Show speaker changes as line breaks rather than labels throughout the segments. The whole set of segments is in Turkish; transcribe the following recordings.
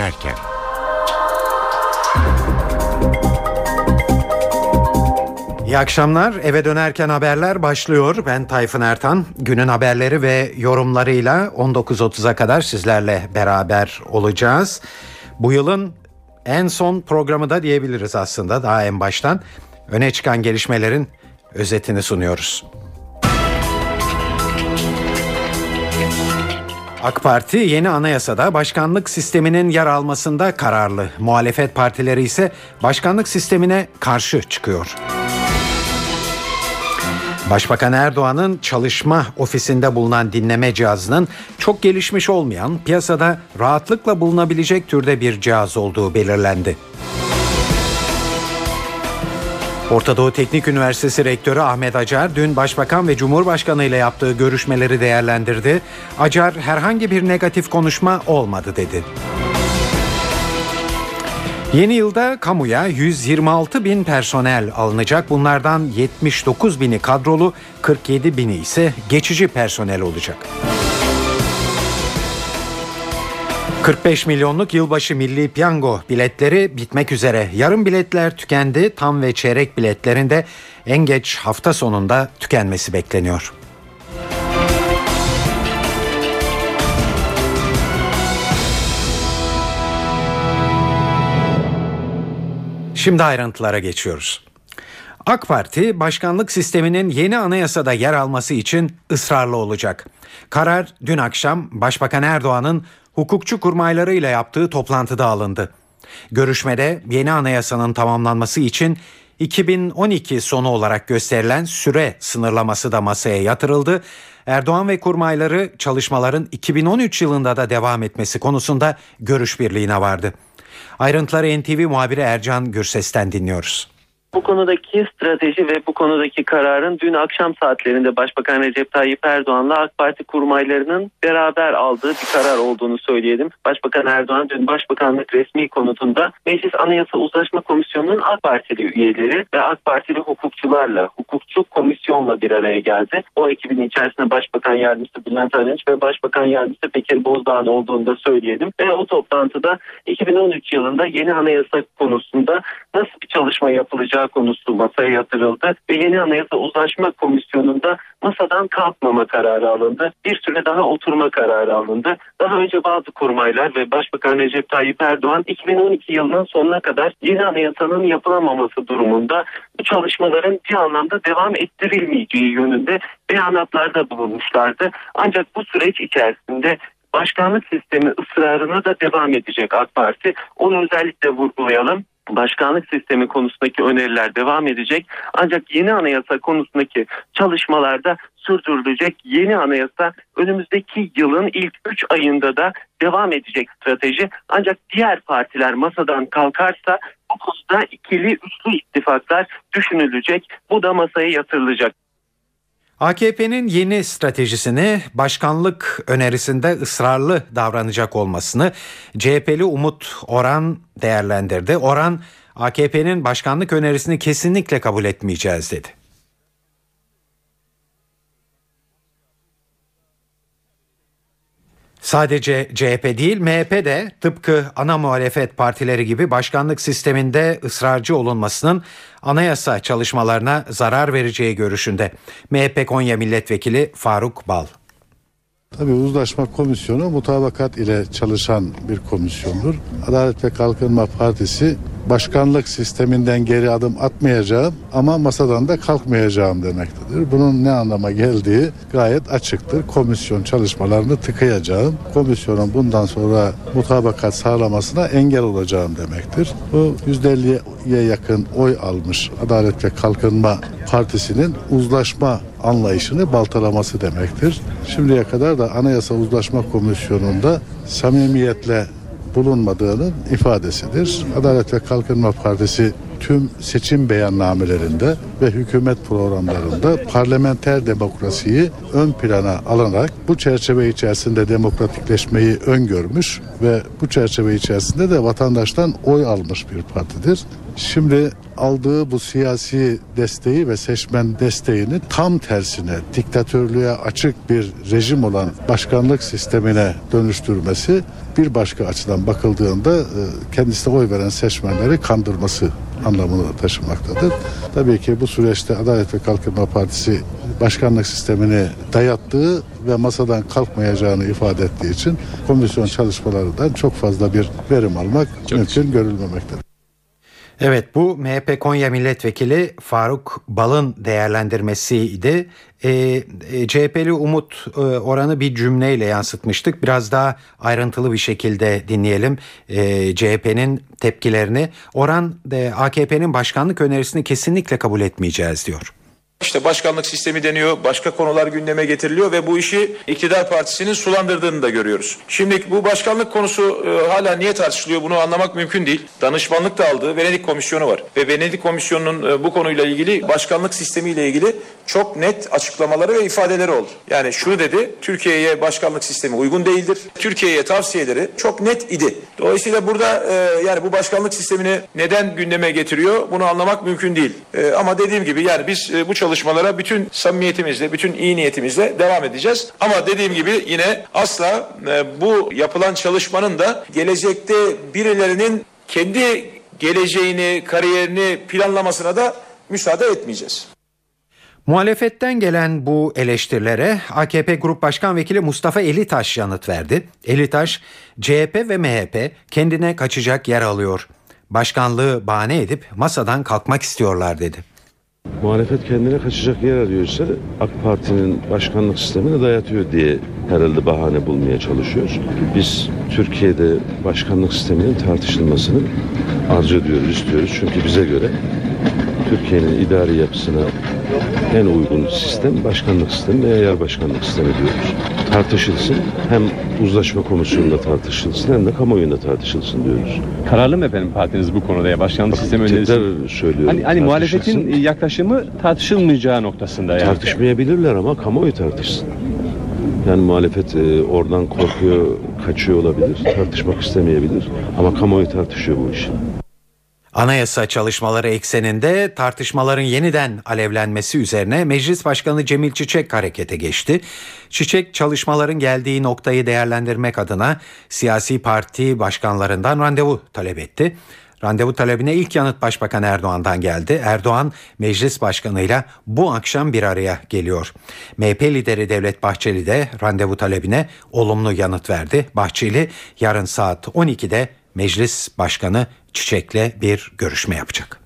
dönerken. İyi akşamlar. Eve dönerken haberler başlıyor. Ben Tayfun Ertan. Günün haberleri ve yorumlarıyla 19.30'a kadar sizlerle beraber olacağız. Bu yılın en son programı da diyebiliriz aslında, daha en baştan. Öne çıkan gelişmelerin özetini sunuyoruz. AK Parti yeni anayasada başkanlık sisteminin yer almasında kararlı. Muhalefet partileri ise başkanlık sistemine karşı çıkıyor. Başbakan Erdoğan'ın çalışma ofisinde bulunan dinleme cihazının çok gelişmiş olmayan, piyasada rahatlıkla bulunabilecek türde bir cihaz olduğu belirlendi. Orta Doğu Teknik Üniversitesi Rektörü Ahmet Acar dün Başbakan ve Cumhurbaşkanı ile yaptığı görüşmeleri değerlendirdi. Acar herhangi bir negatif konuşma olmadı dedi. Yeni yılda kamuya 126 bin personel alınacak. Bunlardan 79 bini kadrolu, 47 bini ise geçici personel olacak. 45 milyonluk yılbaşı milli piyango biletleri bitmek üzere. Yarım biletler tükendi. Tam ve çeyrek biletlerinde en geç hafta sonunda tükenmesi bekleniyor. Şimdi ayrıntılara geçiyoruz. AK Parti, başkanlık sisteminin yeni anayasada yer alması için ısrarlı olacak. Karar dün akşam Başbakan Erdoğan'ın hukukçu kurmaylarıyla yaptığı toplantıda alındı. Görüşmede yeni anayasanın tamamlanması için 2012 sonu olarak gösterilen süre sınırlaması da masaya yatırıldı. Erdoğan ve kurmayları çalışmaların 2013 yılında da devam etmesi konusunda görüş birliğine vardı. Ayrıntıları NTV muhabiri Ercan Gürses'ten dinliyoruz.
Bu konudaki strateji ve bu konudaki kararın dün akşam saatlerinde Başbakan Recep Tayyip Erdoğan'la AK Parti kurmaylarının beraber aldığı bir karar olduğunu söyleyelim. Başbakan Erdoğan dün Başbakanlık resmi konutunda Meclis Anayasa Uzlaşma Komisyonu'nun AK Partili üyeleri ve AK Partili hukukçularla, hukukçu komisyonla bir araya geldi. O ekibin içerisinde Başbakan Yardımcısı Bülent Arınç ve Başbakan Yardımcısı Bekir Bozdağ'ın olduğunu da söyleyelim. Ve o toplantıda 2013 yılında yeni anayasa konusunda nasıl bir çalışma yapılacağı konusu masaya yatırıldı ve yeni anayasa uzlaşma komisyonunda masadan kalkmama kararı alındı. Bir süre daha oturma kararı alındı. Daha önce bazı kurmaylar ve Başbakan Recep Tayyip Erdoğan 2012 yılının sonuna kadar yeni anayasanın yapılamaması durumunda bu çalışmaların bir anlamda devam ettirilmeyeceği yönünde beyanatlarda bulunmuşlardı. Ancak bu süreç içerisinde başkanlık sistemi ısrarına da devam edecek AK Parti. Onu özellikle vurgulayalım. Başkanlık sistemi konusundaki öneriler devam edecek. Ancak yeni anayasa konusundaki çalışmalarda sürdürülecek. Yeni anayasa önümüzdeki yılın ilk 3 ayında da devam edecek strateji. Ancak diğer partiler masadan kalkarsa bu konuda ikili üçlü ittifaklar düşünülecek. Bu da masaya yatırılacak.
AKP'nin yeni stratejisini başkanlık önerisinde ısrarlı davranacak olmasını CHP'li Umut Oran değerlendirdi. Oran, AKP'nin başkanlık önerisini kesinlikle kabul etmeyeceğiz dedi. Sadece CHP değil, MHP de tıpkı ana muhalefet partileri gibi başkanlık sisteminde ısrarcı olunmasının anayasa çalışmalarına zarar vereceği görüşünde. MHP Konya Milletvekili Faruk Bal.
Tabii uzlaşma komisyonu mutabakat ile çalışan bir komisyondur. Adalet ve Kalkınma Partisi başkanlık sisteminden geri adım atmayacağım ama masadan da kalkmayacağım demektedir. Bunun ne anlama geldiği gayet açıktır. Komisyon çalışmalarını tıkayacağım. Komisyonun bundan sonra mutabakat sağlamasına engel olacağım demektir. Bu %50'ye yakın oy almış Adalet ve Kalkınma Partisi'nin uzlaşma anlayışını baltalaması demektir. Şimdiye kadar da Anayasa Uzlaşma Komisyonu'nda samimiyetle bulunmadığının ifadesidir. Adalet ve Kalkınma Partisi tüm seçim beyannamelerinde ve hükümet programlarında parlamenter demokrasiyi ön plana alarak bu çerçeve içerisinde demokratikleşmeyi öngörmüş ve bu çerçeve içerisinde de vatandaştan oy almış bir partidir. Şimdi aldığı bu siyasi desteği ve seçmen desteğini tam tersine diktatörlüğe açık bir rejim olan başkanlık sistemine dönüştürmesi bir başka açıdan bakıldığında kendisine oy veren seçmenleri kandırması anlamını taşımaktadır. Tabii ki bu süreçte Adalet ve Kalkınma Partisi başkanlık sistemini dayattığı ve masadan kalkmayacağını ifade ettiği için komisyon çalışmalarından çok fazla bir verim almak mümkün görülmemektedir.
Evet, bu MHP Konya Milletvekili Faruk Bal'ın değerlendirmesiydi. CHP'li Umut Orhan'ı bir cümleyle yansıtmıştık. Biraz daha ayrıntılı bir şekilde dinleyelim CHP'nin tepkilerini. Orhan AKP'nin başkanlık önerisini kesinlikle kabul etmeyeceğiz diyor.
İşte başkanlık sistemi deniyor, başka konular gündeme getiriliyor ve bu işi iktidar partisinin sulandırdığını da görüyoruz. Şimdi bu başkanlık konusu hala niye tartışılıyor bunu anlamak mümkün değil. Danışmanlık da aldığı Venedik Komisyonu var ve Venedik Komisyonu'nun bu konuyla ilgili başkanlık sistemiyle ilgili çok net açıklamaları ve ifadeleri oldu. Yani şunu dedi, Türkiye'ye başkanlık sistemi uygun değildir. Türkiye'ye tavsiyeleri çok net idi. Dolayısıyla burada yani bu başkanlık sistemini neden gündeme getiriyor bunu anlamak mümkün değil. Ama dediğim gibi yani biz bu çalışmalara bütün samimiyetimizle, bütün iyi niyetimizle devam edeceğiz. Ama dediğim gibi yine asla bu yapılan çalışmanın da gelecekte birilerinin kendi geleceğini, kariyerini planlamasına da müsaade etmeyeceğiz.
Muhalefetten gelen bu eleştirilere AKP Grup Başkan Vekili Mustafa Elitaş yanıt verdi. Elitaş, CHP ve MHP kendine kaçacak yer alıyor. Başkanlığı bahane edip masadan kalkmak istiyorlar dedi.
Muhalefet kendine kaçacak yer arıyorsa AK Parti'nin başkanlık sistemini dayatıyor diye herhalde bahane bulmaya çalışıyor. Biz Türkiye'de başkanlık sisteminin tartışılmasını arzu ediyoruz, istiyoruz. Çünkü bize göre Türkiye'nin idari yapısına en uygun sistem başkanlık sistemi veya yer başkanlık sistemi diyoruz. Tartışılsın, hem uzlaşma komisyonunda tartışılsın hem de kamuoyunda tartışılsın diyoruz.
Kararlı mı efendim partiniz bu konuda ya başkanlık sistemi önerisi?
Tekrar söylüyorum.
Hani muhalefetin yaklaşımı tartışılmayacağı noktasında yani.
Tartışmayabilirler ama kamuoyu tartışsın. Yani muhalefet oradan korkuyor, kaçıyor olabilir, tartışmak istemeyebilir ama kamuoyu tartışıyor bu işi.
Anayasa çalışmaları ekseninde tartışmaların yeniden alevlenmesi üzerine Meclis Başkanı Cemil Çiçek harekete geçti. Çiçek çalışmaların geldiği noktayı değerlendirmek adına siyasi parti başkanlarından randevu talep etti. Randevu talebine ilk yanıt Başbakan Erdoğan'dan geldi. Erdoğan Meclis Başkanı'yla bu akşam bir araya geliyor. MHP lideri Devlet Bahçeli de randevu talebine olumlu yanıt verdi. Bahçeli yarın saat 12'de Meclis Başkanı Çiçek'le bir görüşme yapacak.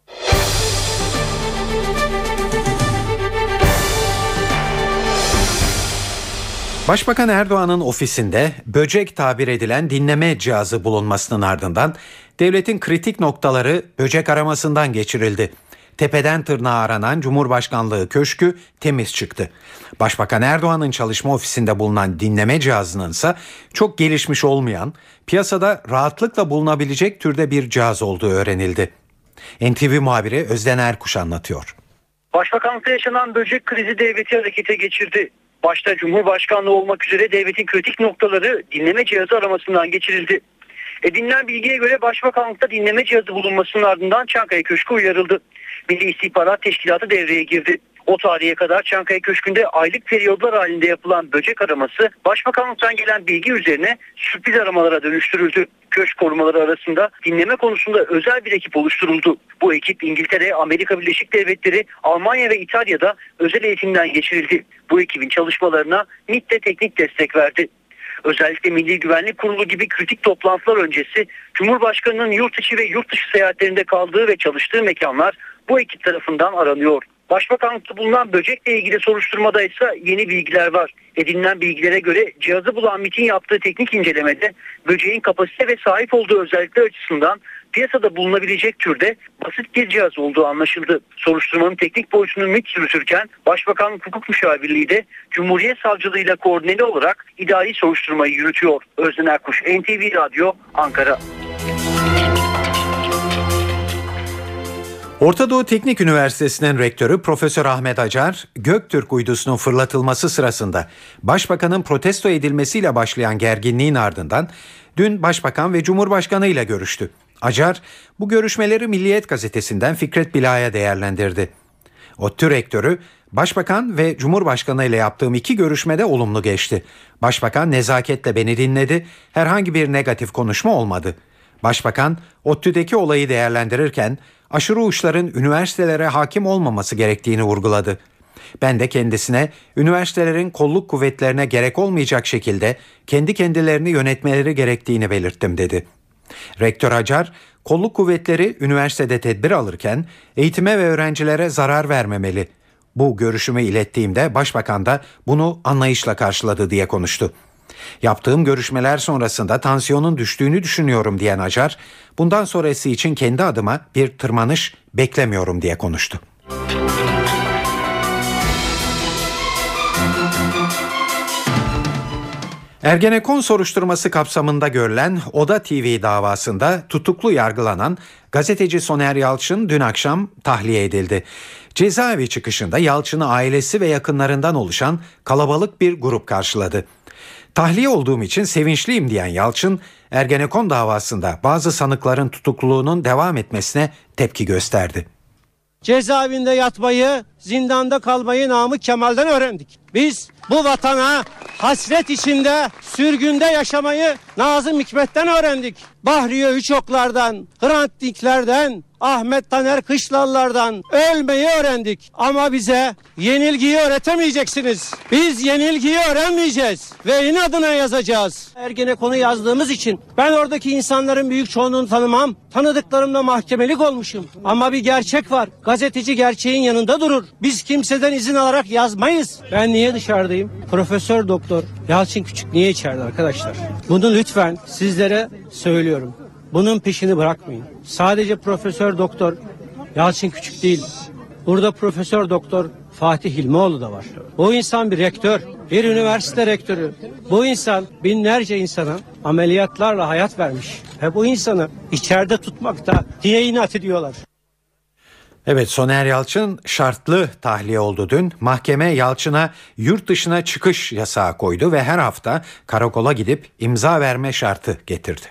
Başbakan Erdoğan'ın ofisinde böcek tabir edilen dinleme cihazı bulunmasının ardından devletin kritik noktaları böcek aramasından geçirildi. Tepeden tırnağa aranan Cumhurbaşkanlığı Köşkü temiz çıktı. Başbakan Erdoğan'ın çalışma ofisinde bulunan dinleme cihazının ise çok gelişmiş olmayan, piyasada rahatlıkla bulunabilecek türde bir cihaz olduğu öğrenildi. NTV muhabiri Özden Erkuş anlatıyor.
Başbakanlıkta yaşanan böcek krizi devleti harekete geçirdi. Başta Cumhurbaşkanlığı olmak üzere devletin kritik noktaları dinleme cihazı aramasından geçirildi. Edinilen bilgiye göre Başbakanlıkta dinleme cihazı bulunmasının ardından Çankaya Köşkü uyarıldı. Milli İstihbarat Teşkilatı devreye girdi. O tarihe kadar Çankaya Köşkü'nde aylık periyodlar halinde yapılan böcek araması Başbakanlıktan gelen bilgi üzerine sürpriz aramalara dönüştürüldü. Köşk korumaları arasında dinleme konusunda özel bir ekip oluşturuldu. Bu ekip İngiltere, Amerika Birleşik Devletleri, Almanya ve İtalya'da özel eğitimden geçirildi. Bu ekibin çalışmalarına MİT de teknik destek verdi. Özellikle Milli Güvenlik Kurulu gibi kritik toplantılar öncesi Cumhurbaşkanı'nın yurt içi ve yurt dışı seyahatlerinde kaldığı ve çalıştığı mekanlar bu ekip tarafından aranıyor. Başbakanlıkta bulunan böcekle ilgili soruşturmada ise yeni bilgiler var. Edinilen bilgilere göre cihazı bulan MİT'in yaptığı teknik incelemede böceğin kapasite ve sahip olduğu özellikler açısından piyasada bulunabilecek türde basit bir cihaz olduğu anlaşıldı. Soruşturmanın teknik boyutunu MİT yürütürken Başbakanlık Hukuk Müşavirliği de Cumhuriyet Savcılığıyla koordineli olarak idari soruşturmayı yürütüyor. Özden Erkuş, NTV Radyo, Ankara.
Orta Doğu Teknik Üniversitesi'nin rektörü Profesör Ahmet Acar, Göktürk uydusunun fırlatılması sırasında Başbakanın protesto edilmesiyle başlayan gerginliğin ardından dün Başbakan ve Cumhurbaşkanı ile görüştü. Acar bu görüşmeleri Milliyet gazetesinden Fikret Bila'ya değerlendirdi. ODTÜ rektörü, Başbakan ve Cumhurbaşkanı ile yaptığım 2 görüşmede olumlu geçti. Başbakan nezaketle beni dinledi, herhangi bir negatif konuşma olmadı. Başbakan, ODTÜ'deki olayı değerlendirirken aşırı uçların üniversitelere hakim olmaması gerektiğini vurguladı. Ben de kendisine üniversitelerin kolluk kuvvetlerine gerek olmayacak şekilde kendi kendilerini yönetmeleri gerektiğini belirttim dedi. Rektör Acar, kolluk kuvvetleri üniversitede tedbir alırken eğitime ve öğrencilere zarar vermemeli. Bu görüşümü ilettiğimde Başbakan da bunu anlayışla karşıladı diye konuştu. Yaptığım görüşmeler sonrasında tansiyonun düştüğünü düşünüyorum diyen Acar, bundan sonrası için kendi adıma bir tırmanış beklemiyorum diye konuştu. Ergenekon soruşturması kapsamında görülen Oda TV davasında tutuklu yargılanan gazeteci Soner Yalçın dün akşam tahliye edildi. Cezaevi çıkışında Yalçın'ı ailesi ve yakınlarından oluşan kalabalık bir grup karşıladı. Tahliye olduğum için sevinçliyim diyen Yalçın, Ergenekon davasında bazı sanıkların tutukluluğunun devam etmesine tepki gösterdi.
Cezaevinde yatmayı, zindanda kalmayı Namık Kemal'den öğrendik. Biz bu vatana hasret içinde, sürgünde yaşamayı Nazım Hikmet'ten öğrendik. Bahriye Üçoklar'dan, Hrant Dinkler'den, Ahmet Taner Kışlalılar'dan ölmeyi öğrendik. Ama bize yenilgiyi öğretemeyeceksiniz. Biz yenilgiyi öğrenmeyeceğiz ve inadına yazacağız. Ergenekon'u yazdığımız için ben oradaki insanların büyük çoğunluğunu tanımam. Tanıdıklarımla mahkemelik olmuşum. Ama bir gerçek var. Gazeteci gerçeğin yanında durur. Biz kimseden izin alarak yazmayız. Ben niye dışarıdayım? Profesör Doktor Yalçın Küçük niye içeride arkadaşlar? Bunu lütfen sizlere söylüyorum. Bunun peşini bırakmayın. Sadece Profesör Doktor Yalçın Küçük değil. Burada Profesör Doktor Fatih Hilmioğlu da var. Bu insan bir rektör, bir üniversite rektörü. Bu insan binlerce insana ameliyatlarla hayat vermiş. Ve bu insanı içeride tutmakta diye inat ediyorlar.
Evet, Soner Yalçın şartlı tahliye oldu dün. Mahkeme Yalçın'a yurt dışına çıkış yasağı koydu ve her hafta karakola gidip imza verme şartı getirdi.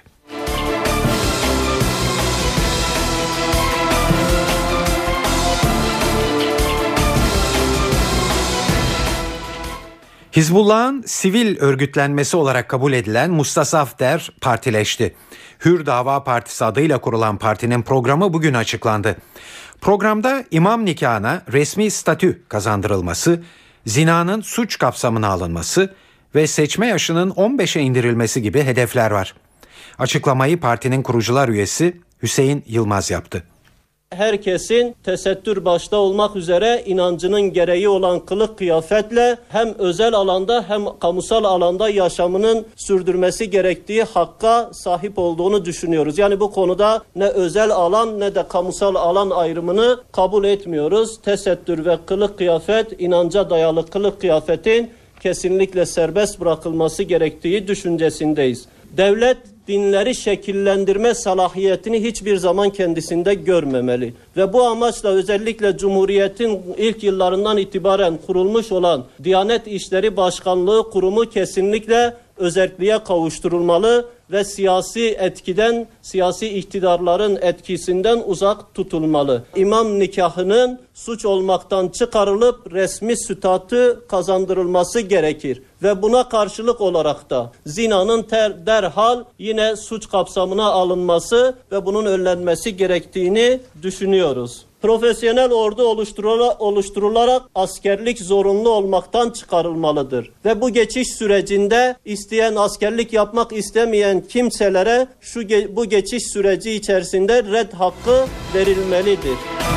Hizbullah'ın sivil örgütlenmesi olarak kabul edilen Mustasaf Der partileşti. Hür Dava Partisi adıyla kurulan partinin programı bugün açıklandı. Programda imam nikahına resmi statü kazandırılması, zinanın suç kapsamına alınması ve seçme yaşının 15'e indirilmesi gibi hedefler var. Açıklamayı partinin kurucular üyesi Hüseyin Yılmaz yaptı.
Herkesin tesettür başta olmak üzere inancının gereği olan kılık kıyafetle hem özel alanda hem kamusal alanda yaşamının sürdürmesi gerektiği hakka sahip olduğunu düşünüyoruz. Yani bu konuda ne özel alan ne de kamusal alan ayrımını kabul etmiyoruz. Tesettür ve kılık kıyafet, inanca dayalı kılık kıyafetin kesinlikle serbest bırakılması gerektiği düşüncesindeyiz. Devlet dinleri şekillendirme salahiyetini hiçbir zaman kendisinde görmemeli. Ve bu amaçla özellikle Cumhuriyet'in ilk yıllarından itibaren kurulmuş olan Diyanet İşleri Başkanlığı Kurumu kesinlikle özelliğe kavuşturulmalı ve siyasi etkiden, siyasi iktidarların etkisinden uzak tutulmalı. İmam nikahının suç olmaktan çıkarılıp resmi statü kazandırılması gerekir. Ve buna karşılık olarak da zinanın derhal yine suç kapsamına alınması ve bunun önlenmesi gerektiğini düşünüyoruz. Profesyonel ordu oluşturularak askerlik zorunlu olmaktan çıkarılmalıdır. Ve bu geçiş sürecinde isteyen askerlik yapmak istemeyen kimselere bu geçiş süreci içerisinde red hakkı verilmelidir.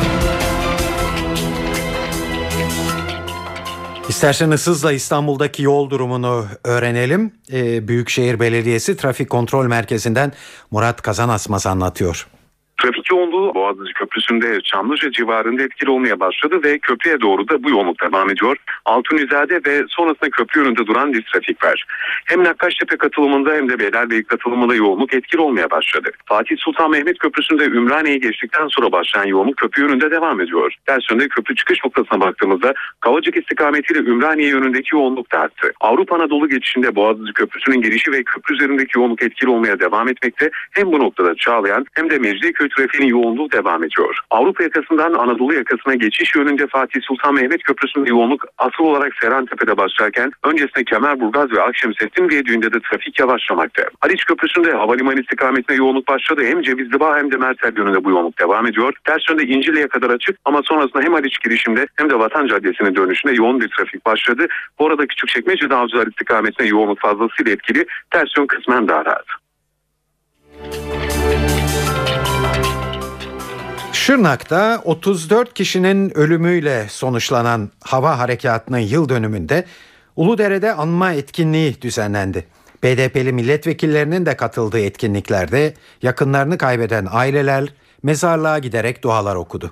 İsterseniz hızla İstanbul'daki yol durumunu öğrenelim. Büyükşehir Belediyesi Trafik Kontrol Merkezi'nden Murat Kazanasmaz anlatıyor.
Trafik yoğunluğu Boğaziçi Köprüsü'nde Çamlıca civarında etkili olmaya başladı ve köprüye doğru da bu yoğunluk devam ediyor. Altunizade ve sonrasında köprü önünde duran bir trafik var. Hem Nakkaştepe katılımında hem de Beylerbeyi katılımında yoğunluk etkili olmaya başladı. Fatih Sultan Mehmet Köprüsü'nde Ümraniye'yi geçtikten sonra başlayan yoğunluk köprü önünde devam ediyor. Ters yönde köprü çıkış noktasına baktığımızda Kavacık istikametiyle Ümraniye yönündeki yoğunluk da arttı. Avrupa Anadolu geçişinde Boğaziçi Köprüsü'nün girişi ve köprü üzerindeki yoğunluk etkili olmaya devam etmekte. Hem bu noktada Çağlayan hem de Mecidiyeköy trafiğinin yoğunluğu devam ediyor. Avrupa yakasından Anadolu yakasına geçiş yönünde Fatih Sultan Mehmet Köprüsü'nde yoğunluk asıl olarak Seyrantepe'de başlarken öncesinde Kemerburgaz ve Akşemseddin Viyadüğü'nde de trafik yavaşlamakta. Haliç Köprüsü'nde havalimanı istikametine yoğunluk başladı. Hem Cevizlibağ hem de Mersel yönünde bu yoğunluk devam ediyor. Ters yönde İncirli'ye kadar açık ama sonrasında hem Haliç girişinde hem de Vatan Caddesi'nin dönüşünde yoğun bir trafik başladı. Bu arada Küçükçekmece'de Avcılar istikametine yoğunluk fazlasıyla etkili. Ters yön kısmen daha rahat.
Şırnak'ta 34 kişinin ölümüyle sonuçlanan hava harekatının yıl dönümünde Uludere'de anma etkinliği düzenlendi. BDP'li milletvekillerinin de katıldığı etkinliklerde yakınlarını kaybeden aileler mezarlığa giderek dualar okudu.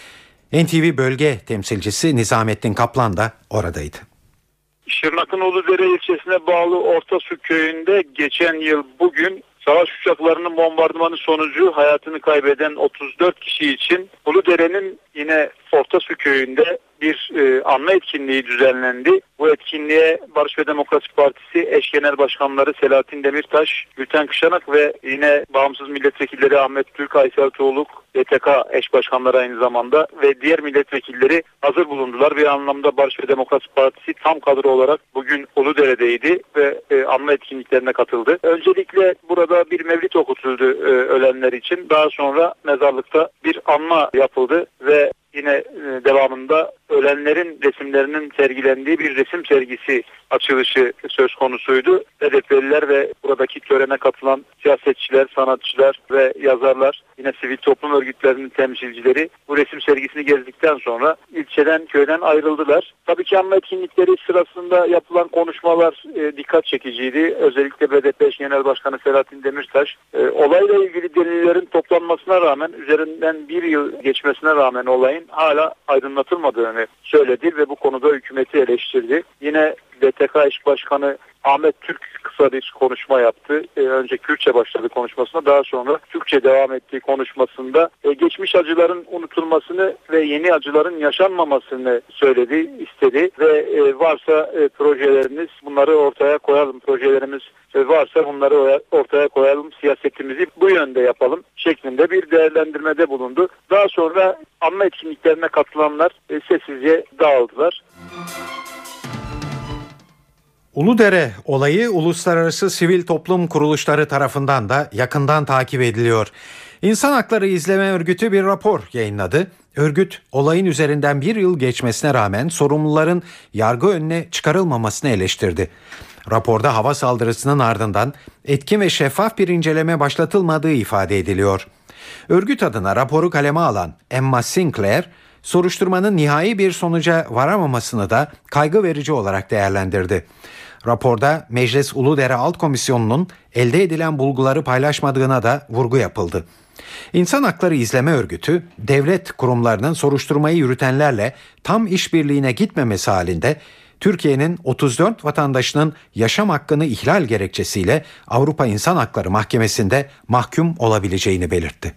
NTV bölge temsilcisi Nizamettin Kaplan da oradaydı.
Şırnak'ın Uludere ilçesine bağlı Ortasu köyünde geçen yıl bugün savaş uçaklarının bombardımanı sonucu hayatını kaybeden 34 kişi için Uludere'nin yine Ortasu köyünde bir anma etkinliği düzenlendi. Bu etkinliğe Barış ve Demokrasi Partisi eş genel başkanları Selahattin Demirtaş, Gülten Kışanak ve yine bağımsız milletvekilleri Ahmet Türk, Aysel Tuğluk, YTK eş başkanları aynı zamanda ve diğer milletvekilleri hazır bulundular. Bir anlamda Barış ve Demokrasi Partisi tam kadro olarak bugün Uludere'deydi ve anma etkinliklerine katıldı. Öncelikle burada bir mevlid okutuldu ölenler için. Daha sonra mezarlıkta bir anma yapıldı ve yine devamında ölenlerin resimlerinin sergilendiği bir resim sergisi açılışı söz konusuydu. HDP'liler ve buradaki törene katılan siyasetçiler, sanatçılar ve yazarlar, yine sivil toplum örgütlerinin temsilcileri bu resim sergisini gezdikten sonra ilçeden, köyden ayrıldılar. Tabii ki anma etkinlikleri sırasında yapılan konuşmalar dikkat çekiciydi. Özellikle BDP eş genel başkanı Selahattin Demirtaş olayla ilgili delillerin toplanmasına rağmen, üzerinden bir yıl geçmesine rağmen olayın hala aydınlatılmadığını söyledi ve bu konuda hükümeti eleştirdi. Yine BTK eş başkanı Ahmet Türk kısa bir konuşma yaptı. Önce Kürtçe başladı konuşmasına, daha sonra Türkçe devam ettiği konuşmasında geçmiş acıların unutulmasını ve yeni acıların yaşanmamasını söyledi, istedi ve varsa projeleriniz bunları ortaya koyalım, projelerimiz varsa bunları ortaya koyalım, siyasetimizi bu yönde yapalım şeklinde bir değerlendirmede bulundu. Daha sonra anma etkinliklerine katılanlar sessizce dağıldılar.
Uludere olayı uluslararası sivil toplum kuruluşları tarafından da yakından takip ediliyor. İnsan Hakları İzleme Örgütü bir rapor yayınladı. Örgüt, olayın üzerinden bir yıl geçmesine rağmen sorumluların yargı önüne çıkarılmamasını eleştirdi. Raporda hava saldırısının ardından etkin ve şeffaf bir inceleme başlatılmadığı ifade ediliyor. Örgüt adına raporu kaleme alan Emma Sinclair, soruşturmanın nihai bir sonuca varamamasını da kaygı verici olarak değerlendirdi. Raporda Meclis Uludere Alt Komisyonu'nun elde edilen bulguları paylaşmadığına da vurgu yapıldı. İnsan Hakları İzleme Örgütü, devlet kurumlarının soruşturmayı yürütenlerle tam işbirliğine gitmemesi halinde Türkiye'nin 34 vatandaşının yaşam hakkını ihlal gerekçesiyle Avrupa İnsan Hakları Mahkemesi'nde mahkum olabileceğini belirtti.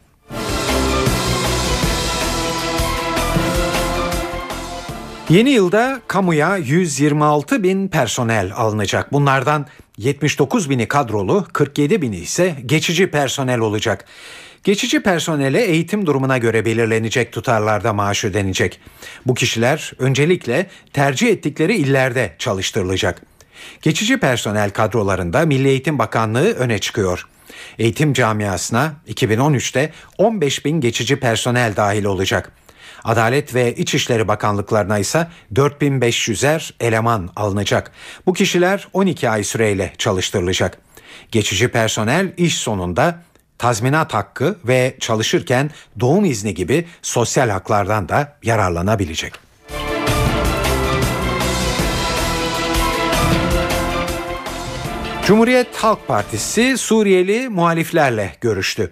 Yeni yılda kamuya 126 bin personel alınacak. Bunlardan 79 bini kadrolu, 47 bini ise geçici personel olacak. Geçici personele eğitim durumuna göre belirlenecek tutarlarda maaş ödenecek. Bu kişiler öncelikle tercih ettikleri illerde çalıştırılacak. Geçici personel kadrolarında Milli Eğitim Bakanlığı öne çıkıyor. Eğitim camiasına 2013'te 15 bin geçici personel dahil olacak. Adalet ve İçişleri Bakanlıklarına ise 4500'er eleman alınacak. Bu kişiler 12 ay süreyle çalıştırılacak. Geçici personel iş sonunda tazminat hakkı ve çalışırken doğum izni gibi sosyal haklardan da yararlanabilecek. Cumhuriyet Halk Partisi Suriyeli muhaliflerle görüştü.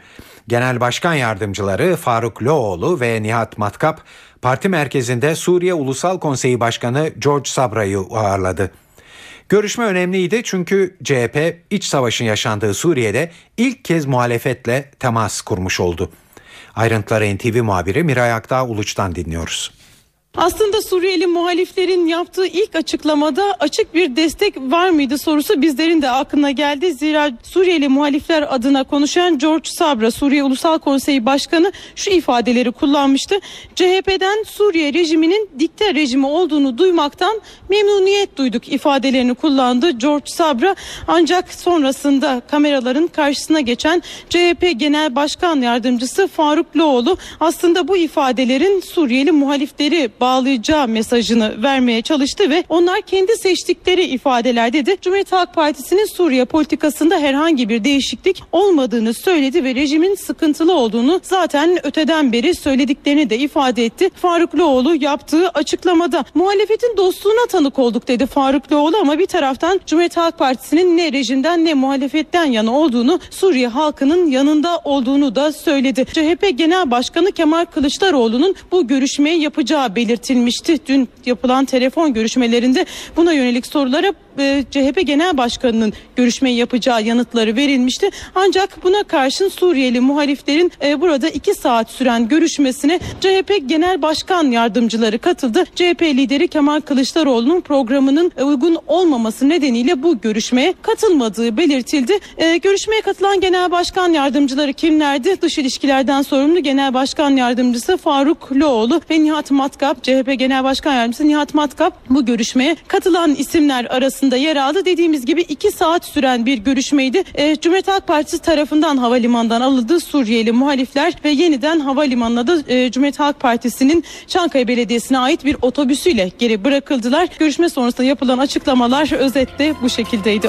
Genel Başkan Yardımcıları Faruk Loğlu ve Nihat Matkap, parti merkezinde Suriye Ulusal Konseyi Başkanı George Sabra'yı ağırladı. Görüşme önemliydi çünkü CHP iç savaşın yaşandığı Suriye'de ilk kez muhalefetle temas kurmuş oldu. Ayrıntıları NTV muhabiri Miray Aktağ Uluç'tan dinliyoruz.
Aslında Suriyeli muhaliflerin yaptığı ilk açıklamada açık bir destek var mıydı sorusu bizlerin de aklına geldi. Zira Suriyeli muhalifler adına konuşan George Sabra, Suriye Ulusal Konseyi Başkanı şu ifadeleri kullanmıştı. CHP'den Suriye rejiminin dikte rejimi olduğunu duymaktan memnuniyet duyduk ifadelerini kullandı George Sabra. Ancak sonrasında kameraların karşısına geçen CHP Genel Başkan Yardımcısı Faruk Loğlu aslında bu ifadelerin Suriyeli muhalifleri bağlayacağı mesajını vermeye çalıştı ve onlar kendi seçtikleri ifadeler dedi. Cumhuriyet Halk Partisi'nin Suriye politikasında herhangi bir değişiklik olmadığını söyledi ve rejimin sıkıntılı olduğunu zaten öteden beri söylediklerini de ifade etti. Faruk Loğlu yaptığı açıklamada muhalefetin dostluğuna tanık olduk dedi Faruk Loğlu ama bir taraftan Cumhuriyet Halk Partisi'nin ne rejimden ne muhalefetten yana olduğunu, Suriye halkının yanında olduğunu da söyledi. CHP Genel Başkanı Kemal Kılıçdaroğlu'nun bu görüşmeyi yapacağı belirtilmişti. Dün yapılan telefon görüşmelerinde buna yönelik sorulara CHP Genel Başkanı'nın görüşmeyi yapacağı yanıtları verilmişti. Ancak buna karşın Suriyeli muhaliflerin burada 2 saat süren görüşmesine CHP Genel Başkan Yardımcıları katıldı. CHP lideri Kemal Kılıçdaroğlu'nun programının uygun olmaması nedeniyle bu görüşmeye katılmadığı belirtildi. Görüşmeye katılan Genel Başkan Yardımcıları kimlerdi? Dış ilişkilerden sorumlu Genel Başkan Yardımcısı Faruk Loğlu ve Nihat Matkap, CHP Genel Başkan Yardımcısı Nihat Matkap bu görüşmeye katılan isimler arasında yer aldı. Dediğimiz gibi 2 saat süren bir görüşmeydi. Cumhuriyet Halk Partisi tarafından havalimanından alındı Suriyeli muhalifler ve yeniden havalimanına da Cumhuriyet Halk Partisi'nin Çankaya Belediyesi'ne ait bir otobüsüyle geri bırakıldılar. Görüşme sonrasında yapılan açıklamalar özetle bu şekildeydi.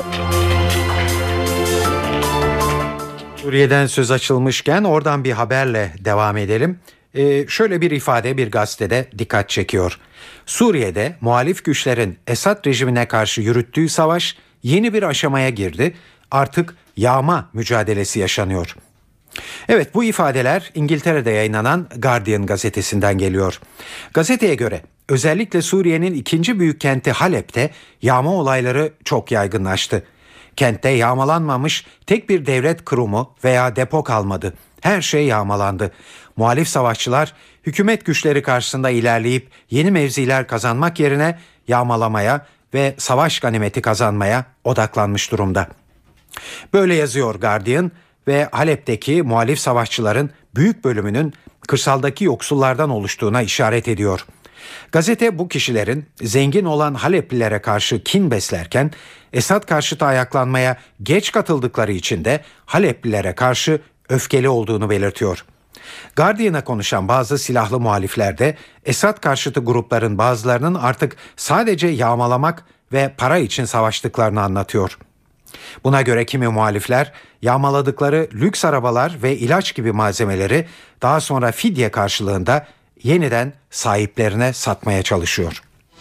Suriye'den söz açılmışken oradan bir haberle devam edelim. Şöyle bir ifade bir gazetede dikkat çekiyor. Suriye'de muhalif güçlerin Esad rejimine karşı yürüttüğü savaş yeni bir aşamaya girdi. Artık yağma mücadelesi yaşanıyor. Evet, bu ifadeler İngiltere'de yayınlanan Guardian gazetesinden geliyor. Gazeteye göre özellikle Suriye'nin ikinci büyük kenti Halep'te yağma olayları çok yaygınlaştı. Kentte yağmalanmamış tek bir devlet kurumu veya depo kalmadı. Her şey yağmalandı. Muhalif savaşçılar hükümet güçleri karşısında ilerleyip yeni mevziler kazanmak yerine yağmalamaya ve savaş ganimeti kazanmaya odaklanmış durumda. Böyle yazıyor Guardian ve Halep'teki muhalif savaşçıların büyük bölümünün kırsaldaki yoksullardan oluştuğuna işaret ediyor. Gazete bu kişilerin zengin olan Haleplilere karşı kin beslerken Esad karşıtı ayaklanmaya geç katıldıkları için de Haleplilere karşı öfkeli olduğunu belirtiyor. Guardian'a konuşan bazı silahlı muhalifler de Esad karşıtı grupların bazılarının artık sadece yağmalamak ve para için savaştıklarını anlatıyor. Buna göre kimi muhalifler yağmaladıkları lüks arabalar ve ilaç gibi malzemeleri daha sonra fidye karşılığında yeniden sahiplerine satmaya çalışıyor.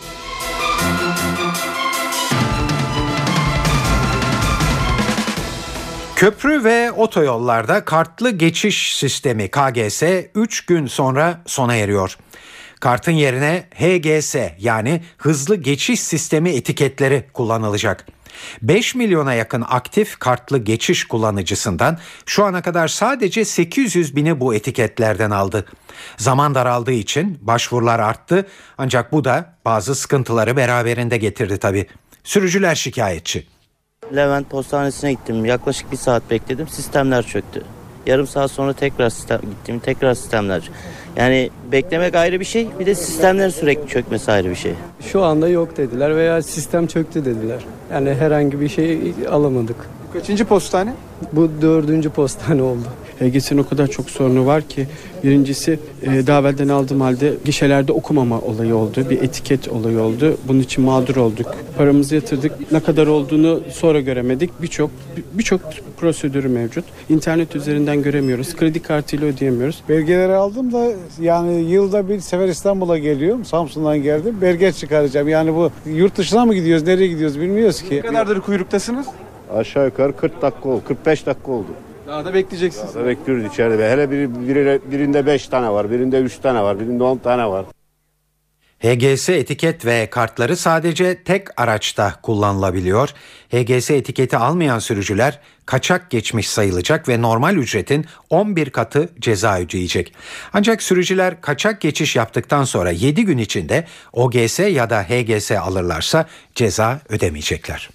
Köprü ve otoyollarda kartlı geçiş sistemi KGS 3 gün sonra sona eriyor. Kartın yerine HGS yani hızlı geçiş sistemi etiketleri kullanılacak. 5 milyona yakın aktif kartlı geçiş kullanıcısından şu ana kadar sadece 800 bini bu etiketlerden aldı. Zaman daraldığı için başvurular arttı ancak bu da bazı sıkıntıları beraberinde getirdi tabii. Sürücüler şikayetçi.
Levent Postanesi'ne gittim. Yaklaşık 1 saat bekledim. Sistemler çöktü. Yarım saat sonra tekrar gittim. Tekrar sistemler çöktü. Yani beklemek ayrı bir şey. Bir de sistemlerin sürekli çökmesi ayrı bir şey.
Şu anda yok dediler veya sistem çöktü dediler. Yani herhangi bir şey alamadık.
Kaçıncı postane?
Bu 4. postane oldu.
HGS'nin o kadar çok sorunu var ki birincisi daha evvelden aldığım halde gişelerde okumama olayı oldu. Bir etiket olayı oldu. Bunun için mağdur olduk. Paramızı yatırdık. Ne kadar olduğunu sonra göremedik. Birçok prosedürü mevcut. İnternet üzerinden göremiyoruz. Kredi kartıyla ödeyemiyoruz.
Belgeleri aldım da yani yılda bir sefer İstanbul'a geliyorum. Samsun'dan geldim. Belge çıkaracağım. Yani bu yurt dışına mı gidiyoruz? Nereye gidiyoruz bilmiyoruz ki.
Ne kadardır kuyruktasınız?
Aşağı yukarı 40 dakika oldu. 45 dakika oldu.
Daha da bekleyeceksiniz.
Daha da bekliyoruz içeride. Hele birinde 5 tane var, birinde 3 tane var, birinde 10 tane var.
HGS etiket ve kartları sadece tek araçta kullanılabiliyor. HGS etiketi almayan sürücüler kaçak geçmiş sayılacak ve normal ücretin 11 katı ceza ödeyecek. Ancak sürücüler kaçak geçiş yaptıktan sonra 7 gün içinde OGS ya da HGS alırlarsa ceza ödemeyecekler.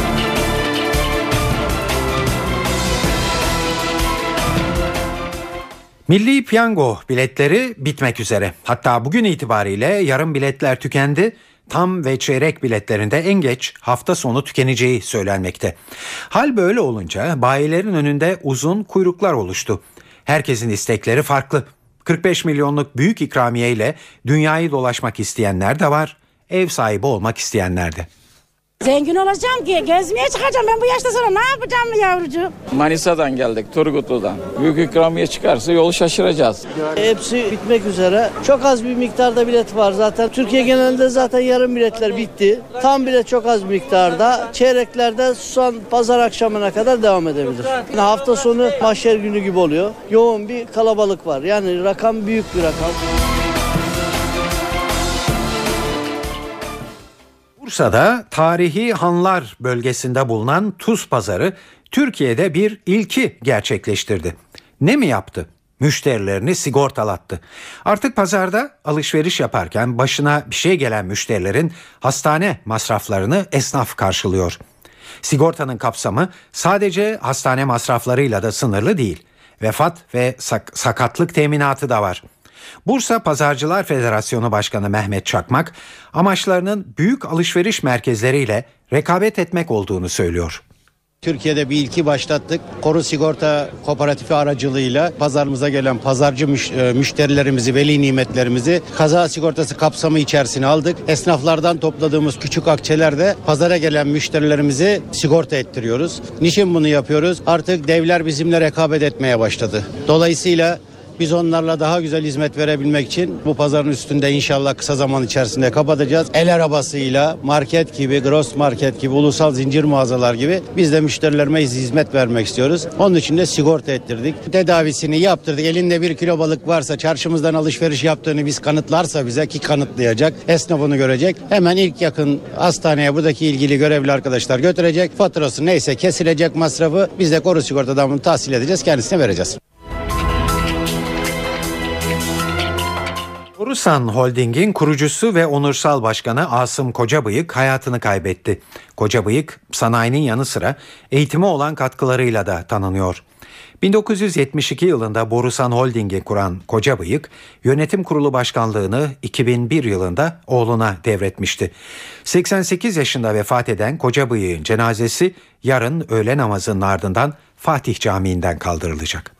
Milli Piyango biletleri bitmek üzere. Hatta bugün itibariyle yarım biletler tükendi. Tam ve çeyrek biletlerinde en geç hafta sonu tükeneceği söylenmekte. Hal böyle olunca bayilerin önünde uzun kuyruklar oluştu. Herkesin istekleri farklı. 45 milyonluk büyük ikramiye ile dünyayı dolaşmak isteyenler de var. Ev sahibi olmak isteyenler de.
Zengin olacağım ki gezmeye çıkacağım. Ben bu yaşta sonra ne yapacağım yavrucuğum?
Manisa'dan geldik, Turgutlu'dan. Büyük ikramiye çıkarsa yolu şaşıracağız.
Hepsi bitmek üzere. Çok az bir miktarda bilet var zaten. Türkiye genelinde zaten yarım biletler bitti. Tam bilet çok az bir miktarda. Çeyreklerde son pazar akşamına kadar devam edebilir. Hafta sonu mahşer günü gibi oluyor. Yoğun bir kalabalık var. Yani rakam büyük bir rakam.
Bursa'da tarihi Hanlar bölgesinde bulunan Tuz Pazarı Türkiye'de bir ilki gerçekleştirdi. Ne mi yaptı? Müşterilerini sigortalattı. Artık pazarda alışveriş yaparken başına bir şey gelen müşterilerin hastane masraflarını esnaf karşılıyor. Sigortanın kapsamı sadece hastane masraflarıyla da sınırlı değil. Vefat ve sakatlık teminatı da var. Bursa Pazarcılar Federasyonu Başkanı Mehmet Çakmak, amaçlarının büyük alışveriş merkezleriyle rekabet etmek olduğunu söylüyor.
Türkiye'de bir ilki başlattık. Koru Sigorta Kooperatifi aracılığıyla pazarımıza gelen pazarcı müşterilerimizi, veli nimetlerimizi kaza sigortası kapsamı içerisine aldık. Esnaflardan topladığımız küçük akçelerde pazara gelen müşterilerimizi sigorta ettiriyoruz. Niçin bunu yapıyoruz? Artık devler bizimle rekabet etmeye başladı. Dolayısıyla biz onlarla daha güzel hizmet verebilmek için bu pazarın üstünde inşallah kısa zaman içerisinde kapatacağız. El arabasıyla market gibi, gross market gibi, ulusal zincir mağazalar gibi biz de müşterilerime hizmet vermek istiyoruz. Onun için de sigorta ettirdik. Tedavisini yaptırdık. Elinde 1 kilo balık varsa, çarşımızdan alışveriş yaptığını biz kanıtlarsa bize, ki kanıtlayacak, esnafını görecek. Hemen ilk yakın hastaneye buradaki ilgili görevli arkadaşlar götürecek. Faturası neyse kesilecek, masrafı biz de Koru Sigorta'dan bunu tahsil edeceğiz, kendisine vereceğiz.
Borusan Holding'in kurucusu ve onursal başkanı Asım Kocabıyık hayatını kaybetti. Kocabıyık sanayinin yanı sıra eğitime olan katkılarıyla da tanınıyor. 1972 yılında Borusan Holding'i kuran Kocabıyık, yönetim kurulu başkanlığını 2001 yılında oğluna devretmişti. 88 yaşında vefat eden Kocabıyık'ın cenazesi yarın öğle namazının ardından Fatih Camii'nden kaldırılacak.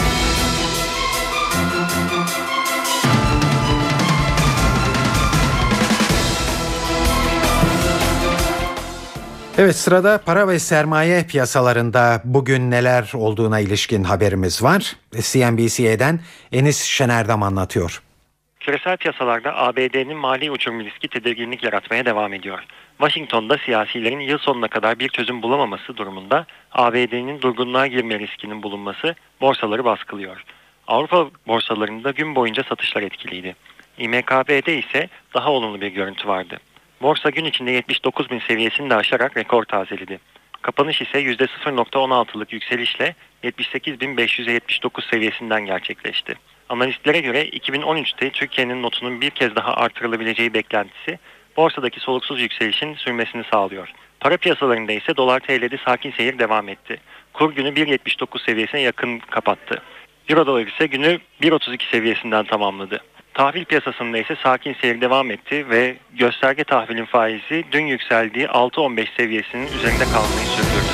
Evet, sırada para ve sermaye piyasalarında bugün neler olduğuna ilişkin haberimiz var. CNBC'den Enis Şenerdam anlatıyor.
Küresel piyasalarda ABD'nin mali uçurum riski tedirginlik yaratmaya devam ediyor. Washington'da siyasilerin yıl sonuna kadar bir çözüm bulamaması durumunda ABD'nin durgunluğa girme riskinin bulunması borsaları baskılıyor. Avrupa borsalarında gün boyunca satışlar etkiliydi. İMKB'de ise daha olumlu bir görüntü vardı. Borsa gün içinde 79.000 seviyesini de aşarak rekor tazeledi. Kapanış ise %0.16'lık yükselişle 78.579 seviyesinden gerçekleşti. Analistlere göre 2013'te Türkiye'nin notunun bir kez daha artırılabileceği beklentisi borsadaki soluksuz yükselişin sürmesini sağlıyor. Para piyasalarında ise dolar TL'de sakin seyir devam etti. Kur günü 1.79 seviyesine yakın kapattı. Euro dolar ise günü 1.32 seviyesinden tamamladı. Tahvil piyasasında ise sakin seyir devam etti ve gösterge tahvilin faizi dün yükseldiği 6.15 seviyesinin üzerinde kalmayı sürdürdü.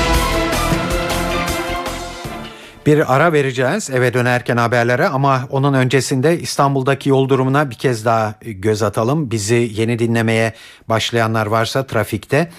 Bir ara vereceğiz eve dönerken haberlere, ama onun öncesinde İstanbul'daki yol durumuna bir kez daha göz atalım. Bizi yeni dinlemeye başlayanlar varsa trafikte,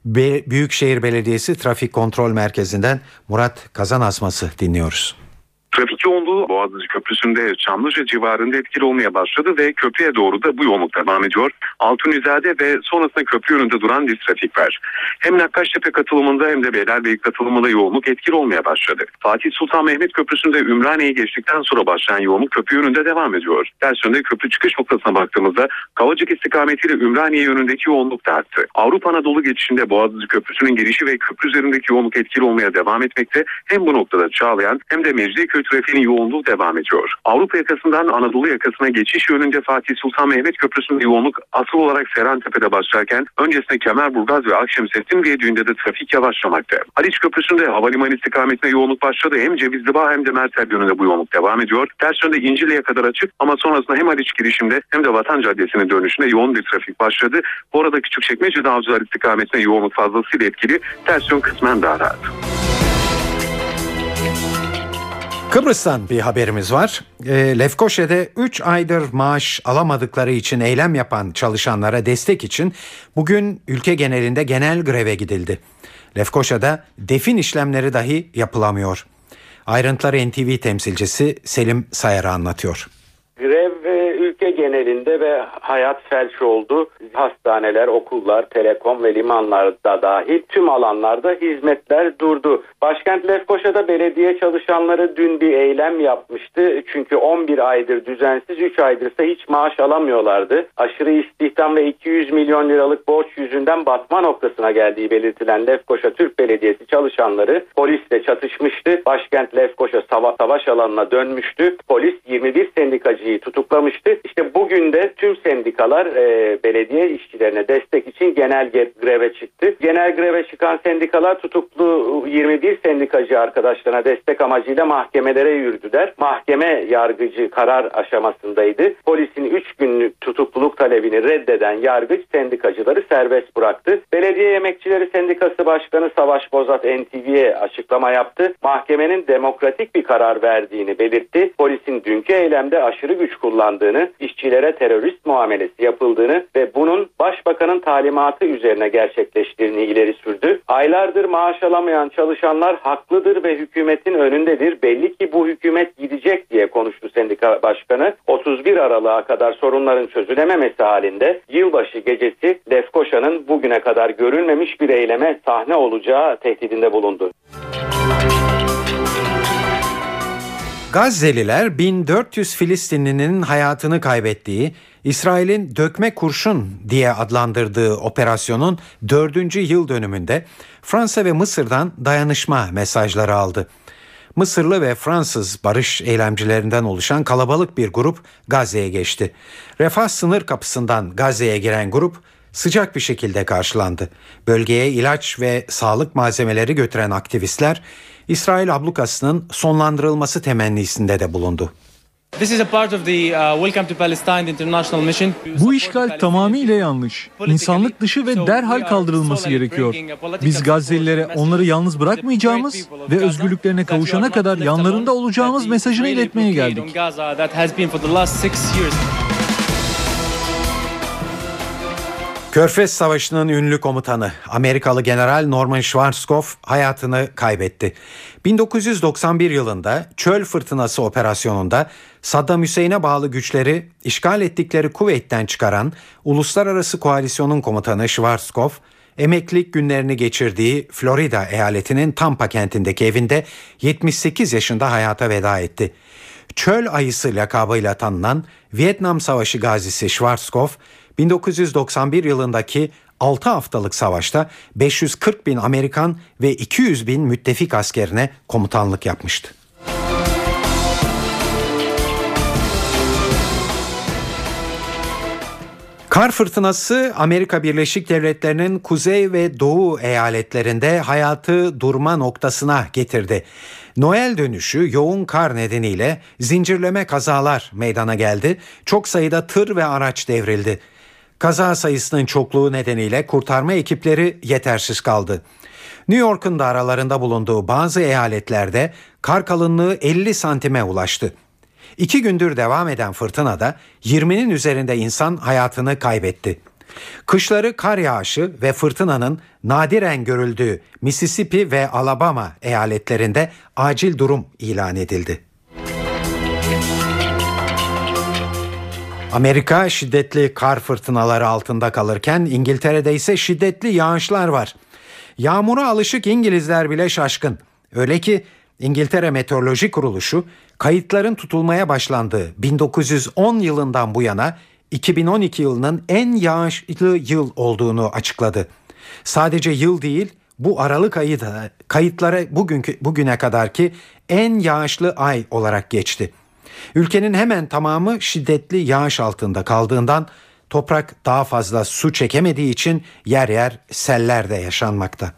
Büyükşehir Belediyesi Trafik Kontrol Merkezi'nden Murat Kazanasması dinliyoruz.
Trafik yoğunluğu Boğaziçi Köprüsü'nde Çamlıca civarında etkili olmaya başladı ve köprüye doğru da bu yoğunluk devam ediyor. Altunizade ve sonrasında köprü önünde duran diz trafik var. Hem Nakkaştepe katılımında hem de Beylerbeyi katılımında yoğunluk etkili olmaya başladı. Fatih Sultan Mehmet Köprüsü'nde Ümraniye'yi geçtikten sonra başlayan yoğunluk köprü önünde devam ediyor. Ters yönde köprü çıkış noktasına baktığımızda Kavacık istikametiyle Ümraniye yönündeki yoğunluk da arttı. Avrupa Anadolu geçişinde Boğaziçi Köprüsü'nün girişi ve köprü üzerindeki yoğunluk etkili olmaya devam etmekte. Hem bu noktada Çağlayan hem de Mecidiyeköy trafiğinin yoğunluğu devam ediyor. Avrupa yakasından Anadolu yakasına geçiş yönünde Fatih Sultan Mehmet Köprüsü'nde yoğunluk asıl olarak Seyrantepe'de başlarken öncesinde Kemerburgaz ve Akşemsettin Viyadüğü'nde de trafik yavaşlamakta. Haliç Köprüsü'nde havalimanı istikametine yoğunluk başladı. Hem Cevizlibağ hem de Mersel yönünde bu yoğunluk devam ediyor. Ters yönde İncirli'ye kadar açık ama sonrasında hem Haliç girişinde hem de Vatan Caddesi'nin dönüşünde yoğun bir trafik başladı. Bu arada Küçükçekmece'de Avcılar istikametine yoğunluk fazlasıyla etkili. Ters yön kısmen daha rahat.
Kıbrıs'tan bir haberimiz var. Lefkoşa'da 3 aydır maaş alamadıkları için eylem yapan çalışanlara destek için bugün ülke genelinde genel greve gidildi. Lefkoşa'da defin işlemleri dahi yapılamıyor. Ayrıntıları NTV temsilcisi Selim Sayar'a anlatıyor.
Grev ülke genelinde ve hayat felç oldu. Hastaneler, okullar, telekom ve limanlarda dahil tüm alanlarda hizmetler durdu. Başkent Lefkoşa'da belediye çalışanları dün bir eylem yapmıştı. Çünkü 11 aydır düzensiz, 3 aydırsa hiç maaş alamıyorlardı. Aşırı istihdam ve 200 milyon liralık borç yüzünden batma noktasına geldiği belirtilen Lefkoşa Türk Belediyesi çalışanları polisle çatışmıştı. Başkent Lefkoşa savaş alanına dönmüştü. Polis 21 sendikacıyı tutuklamıştı. İşte bugün de tüm sendikalar belediye işçilerine destek için genel greve çıktı. Genel greve çıkan sendikalar tutuklu 21 sendikacı arkadaşlarına destek amacıyla mahkemelere yürüdüler. Mahkeme yargıcı karar aşamasındaydı. Polisin 3 günlük tutukluluk talebini reddeden yargıç sendikacıları serbest bıraktı. Belediye Emekçileri Sendikası Başkanı Savaş Bozat NTV'ye açıklama yaptı. Mahkemenin demokratik bir karar verdiğini belirtti. Polisin dünkü eylemde aşırı güç kullandığını, işçilere terörist muamelesi yapıldığını ve bunun başbakanın talimatı üzerine gerçekleştiğini ileri sürdü. Aylardır maaş alamayan çalışanlar haklıdır ve hükümetin önündedir. Belli ki bu hükümet gidecek diye konuştu sendika başkanı. 31 Aralık'a kadar sorunların çözülememesi halinde yılbaşı gecesi Lefkoşa'nın bugüne kadar görülmemiş bir eyleme sahne olacağı tehdidinde bulundu.
Gazze'liler 1400 Filistinlinin hayatını kaybettiği, İsrail'in dökme kurşun diye adlandırdığı operasyonun 4. yıl dönümünde Fransa ve Mısır'dan dayanışma mesajları aldı. Mısırlı ve Fransız barış eylemcilerinden oluşan kalabalık bir grup Gazze'ye geçti. Refah sınır kapısından Gazze'ye giren grup sıcak bir şekilde karşılandı. Bölgeye ilaç ve sağlık malzemeleri götüren aktivistler İsrail ablukasının sonlandırılması temennisinde de bulundu.
Bu işgal tamamıyla yanlış. İnsanlık dışı ve derhal kaldırılması gerekiyor. Biz Gazze'lilere onları yalnız bırakmayacağımız ve özgürlüklerine kavuşana kadar yanlarında olacağımız mesajını iletmeye geldik.
Körfez Savaşı'nın ünlü komutanı Amerikalı General Norman Schwarzkopf hayatını kaybetti. 1991 yılında Çöl Fırtınası operasyonunda Saddam Hüseyin'e bağlı güçleri işgal ettikleri Kuveyt'ten çıkaran Uluslararası Koalisyon'un komutanı Schwarzkopf, emeklilik günlerini geçirdiği Florida eyaletinin Tampa kentindeki evinde 78 yaşında hayata veda etti. Çöl ayısı lakabıyla tanınan Vietnam Savaşı gazisi Schwarzkopf, 1991 yılındaki 6 haftalık savaşta 540 bin Amerikan ve 200 bin müttefik askerine komutanlık yapmıştı. Kar fırtınası Amerika Birleşik Devletleri'nin kuzey ve doğu eyaletlerinde hayatı durma noktasına getirdi. Noel dönüşü yoğun kar nedeniyle zincirleme kazalar meydana geldi. Çok sayıda tır ve araç devrildi. Kaza sayısının çokluğu nedeniyle kurtarma ekipleri yetersiz kaldı. New York'un da aralarında bulunduğu bazı eyaletlerde kar kalınlığı 50 santime ulaştı. 2 gündür devam eden fırtınada 20'nin üzerinde insan hayatını kaybetti. Kışları kar yağışı ve fırtınanın nadiren görüldüğü Mississippi ve Alabama eyaletlerinde acil durum ilan edildi. Amerika şiddetli kar fırtınaları altında kalırken İngiltere'de ise şiddetli yağışlar var. Yağmura alışık İngilizler bile şaşkın. Öyle ki İngiltere Meteoroloji Kuruluşu kayıtların tutulmaya başlandığı 1910 yılından bu yana 2012 yılının en yağışlı yıl olduğunu açıkladı. Sadece yıl değil, bu Aralık ayı da kayıtlara bugüne kadarki en yağışlı ay olarak geçti. Ülkenin hemen tamamı şiddetli yağış altında kaldığından toprak daha fazla su çekemediği için yer yer seller de yaşanmakta.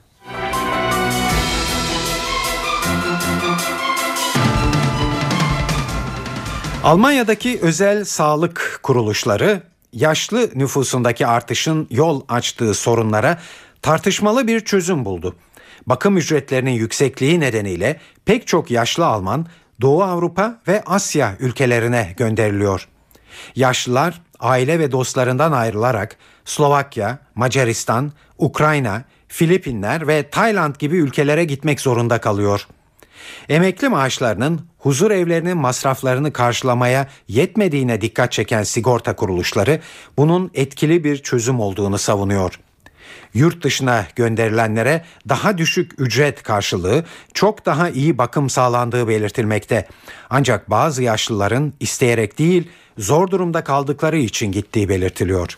Almanya'daki özel sağlık kuruluşları yaşlı nüfusundaki artışın yol açtığı sorunlara tartışmalı bir çözüm buldu. Bakım ücretlerinin yüksekliği nedeniyle pek çok yaşlı Alman Doğu Avrupa ve Asya ülkelerine gönderiliyor. Yaşlılar aile ve dostlarından ayrılarak Slovakya, Macaristan, Ukrayna, Filipinler ve Tayland gibi ülkelere gitmek zorunda kalıyor. Emekli maaşlarının huzur evlerinin masraflarını karşılamaya yetmediğine dikkat çeken sigorta kuruluşları bunun etkili bir çözüm olduğunu savunuyor. Yurt dışına gönderilenlere daha düşük ücret karşılığı çok daha iyi bakım sağlandığı belirtilmekte. Ancak bazı yaşlıların isteyerek değil, zor durumda kaldıkları için gittiği belirtiliyor.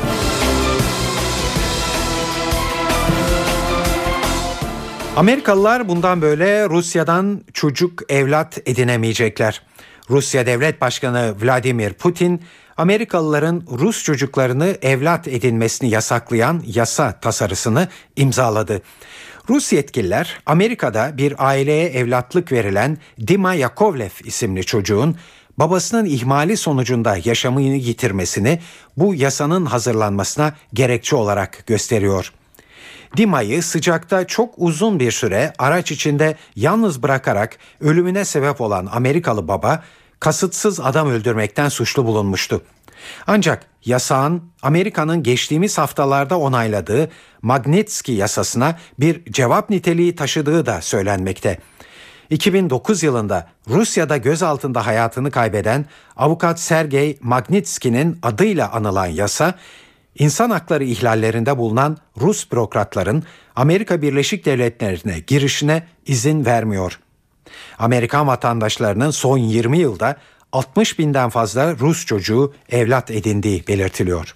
Amerikalılar bundan böyle Rusya'dan çocuk evlat edinemeyecekler. Rusya Devlet Başkanı Vladimir Putin, Amerikalıların Rus çocuklarını evlat edinmesini yasaklayan yasa tasarısını imzaladı. Rus yetkililer Amerika'da bir aileye evlatlık verilen Dima Yakovlev isimli çocuğun babasının ihmali sonucunda yaşamını yitirmesini bu yasanın hazırlanmasına gerekçe olarak gösteriyor. Dima'yı sıcakta çok uzun bir süre araç içinde yalnız bırakarak ölümüne sebep olan Amerikalı baba kasıtsız adam öldürmekten suçlu bulunmuştu. Ancak yasağın Amerika'nın geçtiğimiz haftalarda onayladığı Magnitsky yasasına bir cevap niteliği taşıdığı da söylenmekte. 2009 yılında Rusya'da gözaltında hayatını kaybeden avukat Sergey Magnitsky'nin adıyla anılan yasa, İnsan hakları ihlallerinde bulunan Rus bürokratların Amerika Birleşik Devletleri'ne girişine izin vermiyor. Amerikan vatandaşlarının son 20 yılda 60 binden fazla Rus çocuğu evlat edindiği belirtiliyor.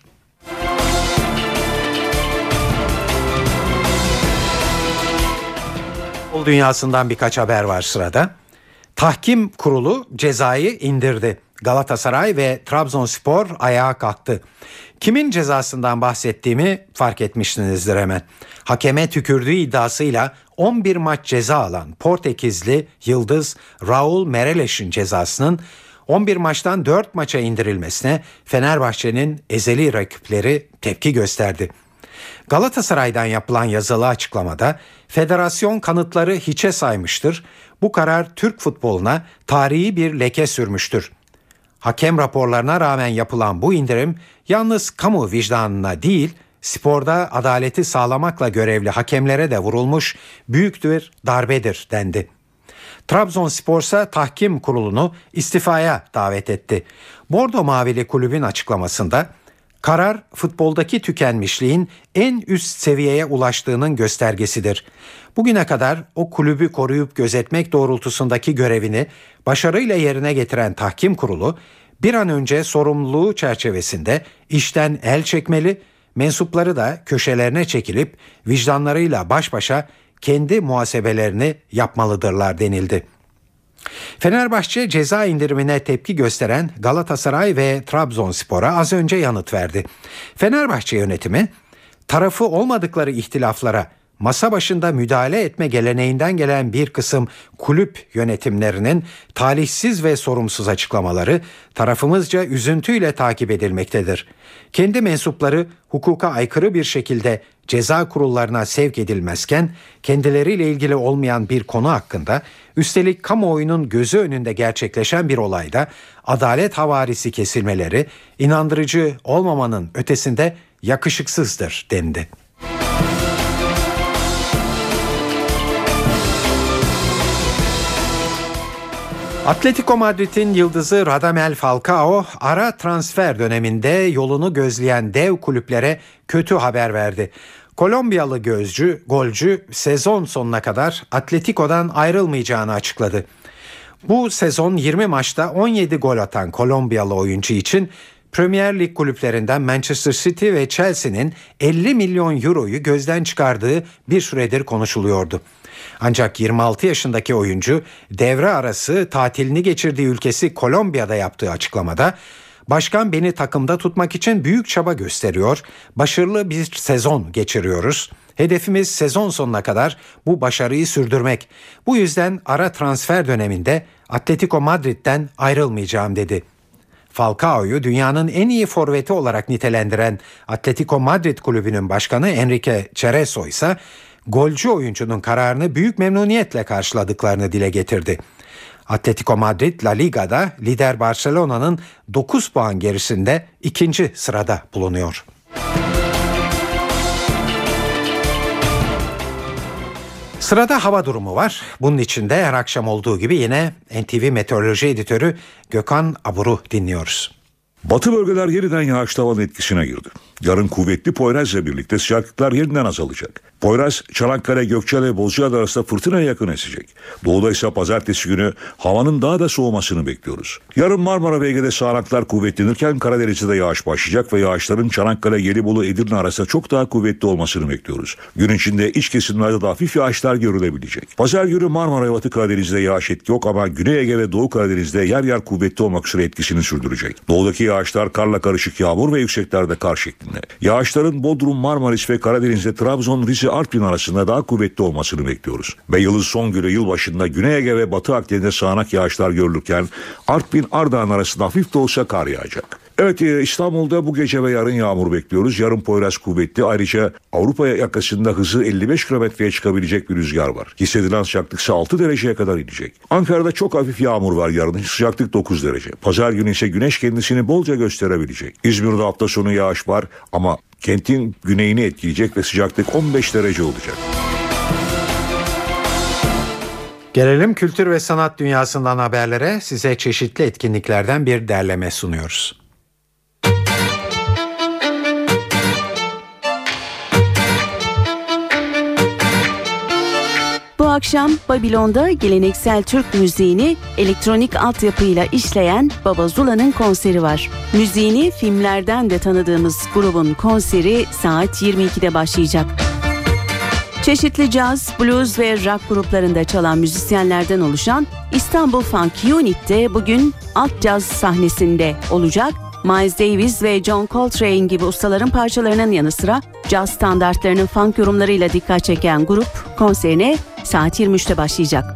Futbol dünyasından birkaç haber var sırada. Tahkim kurulu cezayı indirdi. Galatasaray ve Trabzonspor ayağa kalktı. Kimin cezasından bahsettiğimi fark etmişsinizdir hemen. Hakeme tükürdüğü iddiasıyla 11 maç ceza alan Portekizli yıldız Raul Meireles cezasının 11 maçtan 4 maça indirilmesine Fenerbahçe'nin ezeli rakipleri tepki gösterdi. Galatasaray'dan yapılan yazılı açıklamada federasyon kanıtları hiçe saymıştır. Bu karar Türk futboluna tarihi bir leke sürmüştür. Hakem raporlarına rağmen yapılan bu indirim yalnız kamu vicdanına değil, sporda adaleti sağlamakla görevli hakemlere de vurulmuş büyük bir darbedir dendi. Trabzonspor ise tahkim kurulunu istifaya davet etti. Bordo Mavili kulübün açıklamasında karar futboldaki tükenmişliğin en üst seviyeye ulaştığının göstergesidir. Bugüne kadar o kulübü koruyup gözetmek doğrultusundaki görevini başarıyla yerine getiren tahkim kurulu bir an önce sorumluluğu çerçevesinde işten el çekmeli, mensupları da köşelerine çekilip vicdanlarıyla baş başa kendi muhasebelerini yapmalıdırlar denildi. Fenerbahçe ceza indirimine tepki gösteren Galatasaray ve Trabzonspor'a az önce yanıt verdi. Fenerbahçe yönetimi tarafı olmadıkları ihtilaflara masa başında müdahale etme geleneğinden gelen bir kısım kulüp yönetimlerinin talihsiz ve sorumsuz açıklamaları tarafımızca üzüntüyle takip edilmektedir. Kendi mensupları hukuka aykırı bir şekilde ceza kurullarına sevk edilmezken kendileriyle ilgili olmayan bir konu hakkında, üstelik kamuoyunun gözü önünde gerçekleşen bir olayda adalet havarisi kesilmeleri inandırıcı olmamanın ötesinde yakışıksızdır dendi. Atletico Madrid'in yıldızı Radamel Falcao ara transfer döneminde yolunu gözleyen dev kulüplere kötü haber verdi. Kolombiyalı golcü sezon sonuna kadar Atletico'dan ayrılmayacağını açıkladı. Bu sezon 20 maçta 17 gol atan Kolombiyalı oyuncu için Premier Lig kulüplerinden Manchester City ve Chelsea'nin 50 milyon euroyu gözden çıkardığı bir süredir konuşuluyordu. Ancak 26 yaşındaki oyuncu devre arası tatilini geçirdiği ülkesi Kolombiya'da yaptığı açıklamada "Başkan beni takımda tutmak için büyük çaba gösteriyor. Başarılı bir sezon geçiriyoruz. Hedefimiz sezon sonuna kadar bu başarıyı sürdürmek. Bu yüzden ara transfer döneminde Atletico Madrid'den ayrılmayacağım" dedi. Falcao'yu dünyanın en iyi forveti olarak nitelendiren Atletico Madrid kulübünün başkanı Enrique Cerezo ise golcü oyuncunun kararını büyük memnuniyetle karşıladıklarını dile getirdi. Atletico Madrid La Liga'da lider Barcelona'nın 9 puan gerisinde 2. sırada bulunuyor. Sırada hava durumu var. Bunun için de her akşam olduğu gibi yine NTV Meteoroloji Editörü Gökhan Abur'u dinliyoruz.
Batı bölgeler yeniden yağışlı havanın etkisine girdi. Yarın kuvvetli Poyraz'la birlikte sıcaklıklar yeniden azalacak. Poyraz, Çanakkale, Gökçeada ve Bozcaada arasında fırtınaya yakın esecek. Doğuda ise pazartesi günü havanın daha da soğumasını bekliyoruz. Yarın Marmara ve Ege'de sağanaklar kuvvetlenirken Karadeniz'de de yağış başlayacak ve yağışların Çanakkale, Gelibolu, Edirne arasında çok daha kuvvetli olmasını bekliyoruz. Gün içinde iç kesimlerde de hafif yağışlar görülebilecek. Pazar günü Marmara ve Batı Karadeniz'de yağış etki yok ama Güney Ege ve Doğu Karadeniz'de yer yer kuvvetli olmak üzere etkisini sürdürecek. Doğudaki yağışlar karla karışık yağmur ve yükseklerde kar şeklinde. Yağışların Bodrum, Marmaris ve Karadeniz'de Trabzon, Rize, Artvin arasında daha kuvvetli olmasını bekliyoruz. Ve yılın son günü yılbaşında Güney Ege ve Batı Akdeniz'de sağanak yağışlar görülürken Artvin, Ardahan arasında hafif de olsa kar yağacak. Evet, İstanbul'da bu gece ve yarın yağmur bekliyoruz. Yarın Poyraz kuvvetli. Ayrıca Avrupa yakasında hızı 55 kilometreye çıkabilecek bir rüzgar var. Hissedilen sıcaklık ise 6 dereceye kadar inecek. Ankara'da çok hafif yağmur var yarın. Sıcaklık 9 derece. Pazar günü ise güneş kendisini bolca gösterebilecek. İzmir'de hafta sonu yağış var ama kentin güneyini etkileyecek ve sıcaklık 15 derece olacak.
Gelelim kültür ve sanat dünyasından haberlere. Size çeşitli etkinliklerden bir derleme sunuyoruz.
Bu akşam Babilon'da geleneksel Türk müziğini elektronik altyapıyla işleyen Baba Zula'nın konseri var. Müziğini filmlerden de tanıdığımız grubun konseri saat 22'de başlayacak. Çeşitli caz, blues ve rock gruplarında çalan müzisyenlerden oluşan İstanbul Funk Unit de bugün alt caz sahnesinde olacak. Miles Davis ve John Coltrane gibi ustaların parçalarının yanı sıra caz standartlarının funk yorumlarıyla dikkat çeken grup konserine saat 23'te başlayacak.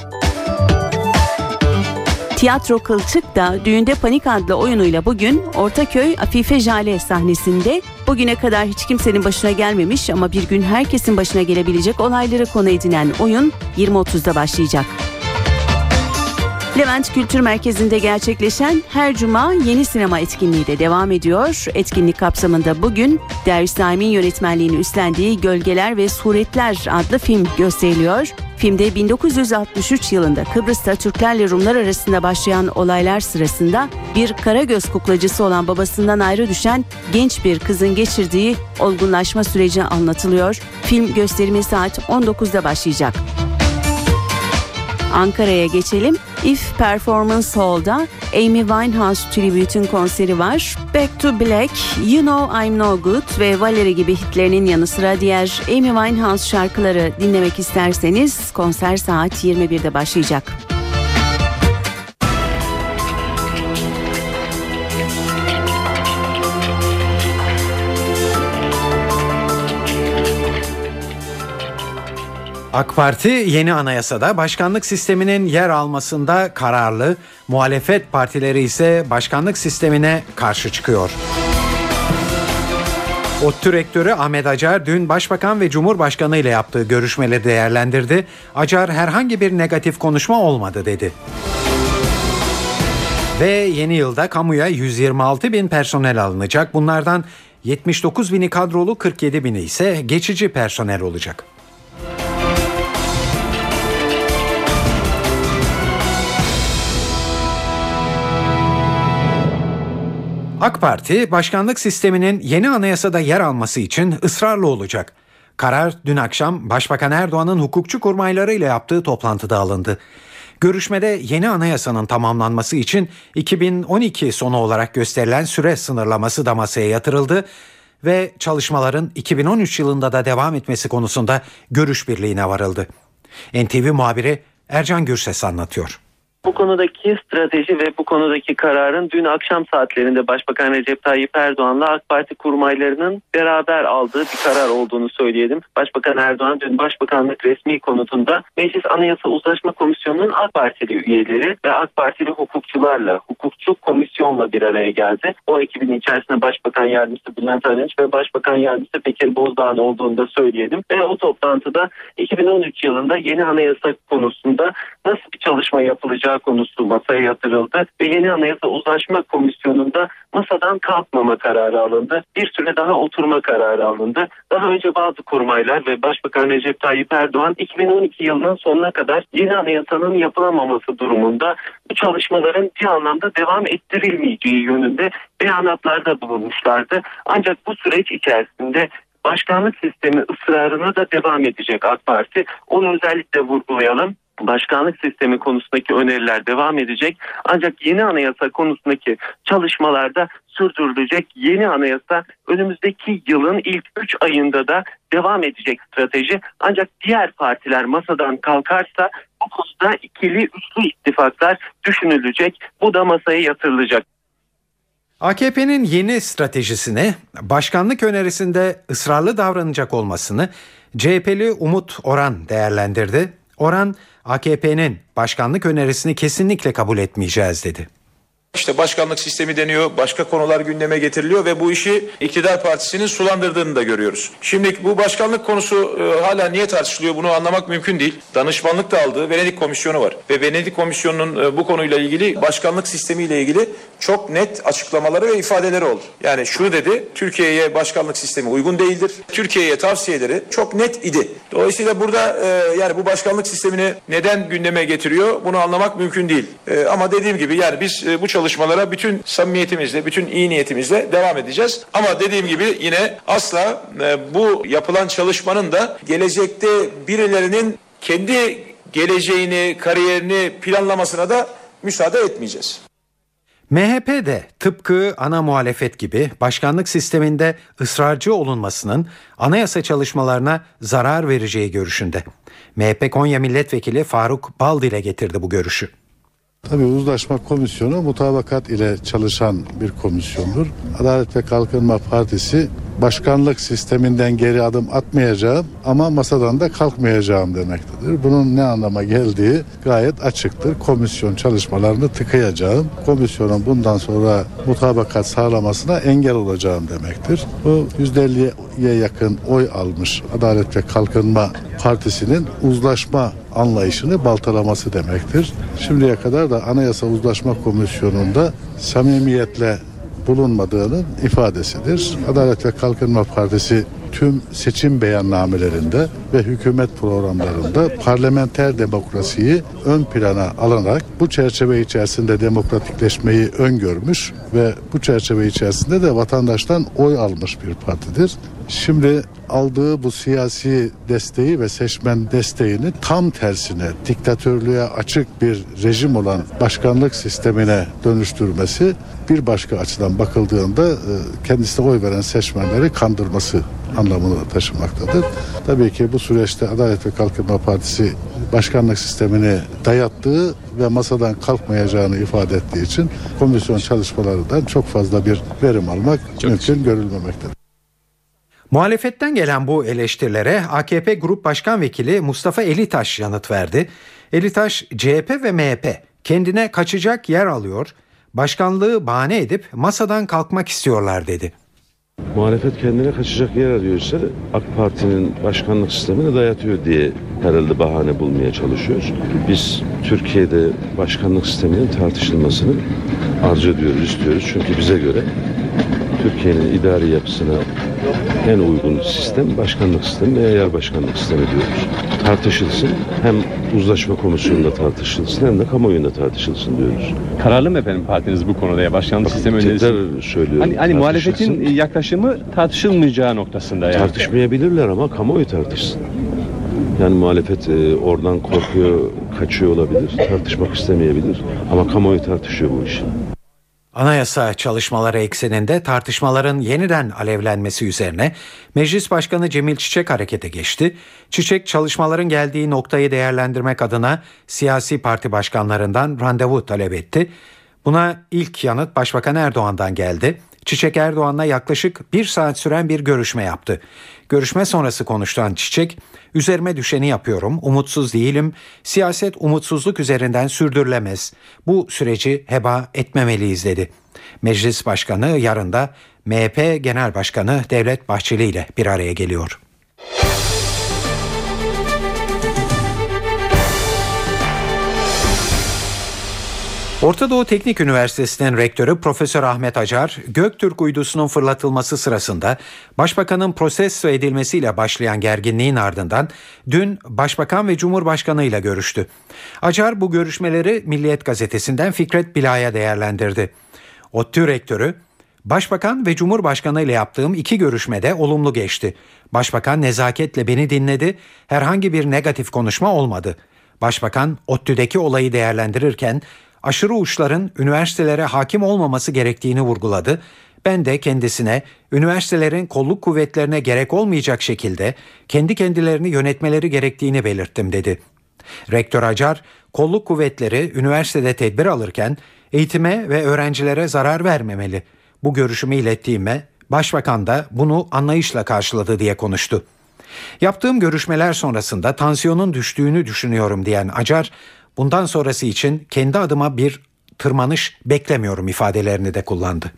Tiyatro Kılçık da Düğünde Panik adlı oyunuyla bugün Ortaköy Afife Jale sahnesinde bugüne kadar hiç kimsenin başına gelmemiş ama bir gün herkesin başına gelebilecek olayları konu edinen oyun 20.30'da başlayacak. Levent Kültür Merkezi'nde gerçekleşen Her Cuma Yeni Sinema etkinliği de devam ediyor. Etkinlik kapsamında bugün Darius Naim'in yönetmenliğini üstlendiği Gölgeler ve Suretler adlı film gösteriliyor. Filmde 1963 yılında Kıbrıs'ta Türklerle Rumlar arasında başlayan olaylar sırasında bir Karagöz kuklacısı olan babasından ayrı düşen genç bir kızın geçirdiği olgunlaşma süreci anlatılıyor. Film gösterimi saat 19'da başlayacak. Ankara'ya geçelim. If Performance Hall'da Amy Winehouse tribütün konseri var. Back to Black, You Know I'm No Good ve Valerie gibi hitlerinin yanı sıra diğer Amy Winehouse şarkıları dinlemek isterseniz konser saat 21'de başlayacak.
AK Parti yeni anayasada başkanlık sisteminin yer almasında kararlı, muhalefet partileri ise başkanlık sistemine karşı çıkıyor. ODTÜ Rektörü Ahmet Acar dün Başbakan ve Cumhurbaşkanı ile yaptığı görüşmeleri değerlendirdi. Acar herhangi bir negatif konuşma olmadı dedi. Ve yeni yılda kamuya 126 bin personel alınacak. Bunlardan 79 bini kadrolu, 47 bini ise geçici personel olacak. AK Parti, başkanlık sisteminin yeni anayasada yer alması için ısrarlı olacak. Karar dün akşam Başbakan Erdoğan'ın hukukçu kurmaylarıyla yaptığı toplantıda alındı. Görüşmede yeni anayasanın tamamlanması için 2012 sonu olarak gösterilen süre sınırlaması da masaya yatırıldı ve çalışmaların 2013 yılında da devam etmesi konusunda görüş birliğine varıldı. NTV muhabiri Ercan Gürses anlatıyor.
Bu konudaki strateji ve bu konudaki kararın dün akşam saatlerinde Başbakan Recep Tayyip Erdoğan'la AK Parti kurmaylarının beraber aldığı bir karar olduğunu söyleyelim. Başbakan Erdoğan dün Başbakanlık resmi konutunda Meclis Anayasa Uzlaşma Komisyonu'nun AK Partili üyeleri ve AK Partili hukukçularla, hukukçu komisyonla bir araya geldi. O ekibin içerisinde Başbakan Yardımcısı Bülent Arınç ve Başbakan Yardımcısı Bekir Bozdağ'ın olduğunu da söyleyelim. Ve o toplantıda 2013 yılında yeni anayasa konusunda nasıl bir çalışma yapılacağı konusu masaya yatırıldı ve yeni Anayasa Uzlaşma Komisyonu'nda masadan kalkmama kararı alındı. Bir süre daha oturma kararı alındı. Daha önce bazı kurmaylar ve Başbakan Recep Tayyip Erdoğan 2012 yılının sonuna kadar yeni anayasanın yapılamaması durumunda bu çalışmaların bir anlamda devam ettirilmeyeceği yönünde beyanatlarda bulunmuşlardı. Ancak bu süreç içerisinde başkanlık sistemi ısrarına da devam edecek AK Parti. Onu özellikle vurgulayalım. Başkanlık sistemi konusundaki öneriler devam edecek. Ancak yeni anayasa konusundaki çalışmalarda sürdürülecek. Yeni anayasa önümüzdeki yılın ilk 3 ayında da devam edecek strateji. Ancak diğer partiler masadan kalkarsa bu konuda ikili üçlü ittifaklar düşünülecek. Bu da masaya yatırılacak.
AKP'nin yeni stratejisine başkanlık önerisinde ısrarlı davranacak olmasını CHP'li Umut Oran değerlendirdi. Oran, AKP'nin başkanlık önerisini kesinlikle kabul etmeyeceğiz dedi.
İşte başkanlık sistemi deniyor, başka konular gündeme getiriliyor ve bu işi iktidar partisinin sulandırdığını da görüyoruz. Şimdi bu başkanlık konusu hala niye tartışılıyor bunu anlamak mümkün değil. Danışmanlık da aldığı Venedik Komisyonu var ve Venedik Komisyonu'nun bu konuyla ilgili başkanlık sistemiyle ilgili çok net açıklamaları ve ifadeleri oldu. Yani şunu dedi, Türkiye'ye başkanlık sistemi uygun değildir. Türkiye'ye tavsiyeleri çok net idi. Dolayısıyla burada yani bu başkanlık sistemini neden gündeme getiriyor bunu anlamak mümkün değil. Ama dediğim gibi yani biz bu çalışmalara bütün samimiyetimizle, bütün iyi niyetimizle devam edeceğiz. Ama dediğim gibi yine asla bu yapılan çalışmanın da gelecekte birilerinin kendi geleceğini, kariyerini planlamasına da müsaade etmeyeceğiz.
MHP de tıpkı ana muhalefet gibi başkanlık sisteminde ısrarcı olunmasının anayasa çalışmalarına zarar vereceği görüşünde. MHP Konya Milletvekili Faruk Bal dile getirdi bu görüşü.
Tabii Uzlaşma Komisyonu mutabakat ile çalışan bir komisyondur. Adalet ve Kalkınma Partisi başkanlık sisteminden geri adım atmayacağım ama masadan da kalkmayacağım demektedir. Bunun ne anlama geldiği gayet açıktır. Komisyon çalışmalarını tıkayacağım. Komisyonun bundan sonra mutabakat sağlamasına engel olacağım demektir. Bu %50'ye yakın oy almış Adalet ve Kalkınma Partisi'nin uzlaşma anlayışını baltalaması demektir. Şimdiye kadar da Anayasa Uzlaşma Komisyonu'nda samimiyetle bulunmadığının ifadesidir. Adalet ve Kalkınma Partisi tüm seçim beyannamelerinde ve hükümet programlarında parlamenter demokrasiyi ön plana alarak bu çerçeve içerisinde demokratikleşmeyi öngörmüş ve bu çerçeve içerisinde de vatandaştan oy almış bir partidir. Şimdi aldığı bu siyasi desteği ve seçmen desteğini tam tersine diktatörlüğe açık bir rejim olan başkanlık sistemine dönüştürmesi bir başka açıdan bakıldığında kendisine oy veren seçmenleri kandırması anlamını taşımaktadır. Tabii ki bu süreçte Adalet ve Kalkınma Partisi başkanlık sistemini dayattığı ve masadan kalkmayacağını ifade ettiği için komisyon çalışmalarından çok fazla bir verim almak mümkün görülmemektedir.
Muhalefetten gelen bu eleştirilere AKP Grup Başkan Vekili Mustafa Elitaş yanıt verdi. Elitaş, CHP ve MHP kendine kaçacak yer alıyor, başkanlığı bahane edip masadan kalkmak istiyorlar dedi.
Muhalefet kendine kaçacak yer arıyorsa AK Parti'nin başkanlık sistemini dayatıyor diye herhalde bahane bulmaya çalışıyor. Biz Türkiye'de başkanlık sisteminin tartışılmasını arzu ediyoruz, istiyoruz. Çünkü bize göre Türkiye'nin idari yapısına en uygun sistem başkanlık sistemi veya yer başkanlık sistemi diyoruz. tartışılsın. Hem uzlaşma komisyonunda tartışılsın hem de kamuoyunda tartışılsın diyoruz.
Kararlı mı efendim partiniz bu konuda ya? Başkanlık sistemi önerisi.
Tekrar söylüyorum.
Hani muhalefetin yaklaşımı tartışılmayacağı noktasında yani.
Tartışmayabilirler ama kamuoyu tartışsın. Yani muhalefet oradan korkuyor, kaçıyor olabilir. Tartışmak istemeyebilir ama kamuoyu tartışıyor bu işi.
Anayasa çalışmaları ekseninde tartışmaların yeniden alevlenmesi üzerine Meclis Başkanı Cemil Çiçek harekete geçti. Çiçek çalışmaların geldiği noktayı değerlendirmek adına siyasi parti başkanlarından randevu talep etti. Buna ilk yanıt Başbakan Erdoğan'dan geldi. Çiçek Erdoğan'la yaklaşık 1 saat süren bir görüşme yaptı. Görüşme sonrası konuşan Çiçek, "Üzerime düşeni yapıyorum, umutsuz değilim, siyaset umutsuzluk üzerinden sürdürülemez. Bu süreci heba etmemeliyiz" dedi. Meclis Başkanı yarın da MHP Genel Başkanı Devlet Bahçeli ile bir araya geliyor. Orta Doğu Teknik Üniversitesi'nin rektörü Profesör Ahmet Acar, Göktürk uydusunun fırlatılması sırasında Başbakanın protesto edilmesiyle başlayan gerginliğin ardından dün Başbakan ve Cumhurbaşkanı ile görüştü. Acar bu görüşmeleri Milliyet Gazetesi'nden Fikret Bila'ya değerlendirdi. ODTÜ rektörü, "Başbakan ve Cumhurbaşkanı ile yaptığım 2 görüşmede olumlu geçti. Başbakan nezaketle beni dinledi, herhangi bir negatif konuşma olmadı. Başbakan ODTÜ'deki olayı değerlendirirken aşırı uçların üniversitelere hakim olmaması gerektiğini vurguladı. Ben de kendisine üniversitelerin kolluk kuvvetlerine gerek olmayacak şekilde kendi kendilerini yönetmeleri gerektiğini belirttim" dedi. Rektör Acar, kolluk kuvvetleri üniversitede tedbir alırken eğitime ve öğrencilere zarar vermemeli. Bu görüşümü ilettiğime Başbakan da bunu anlayışla karşıladı diye konuştu. "Yaptığım görüşmeler sonrasında tansiyonun düştüğünü düşünüyorum" diyen Acar, bundan sonrası için kendi adıma bir tırmanış beklemiyorum ifadelerini de kullandı.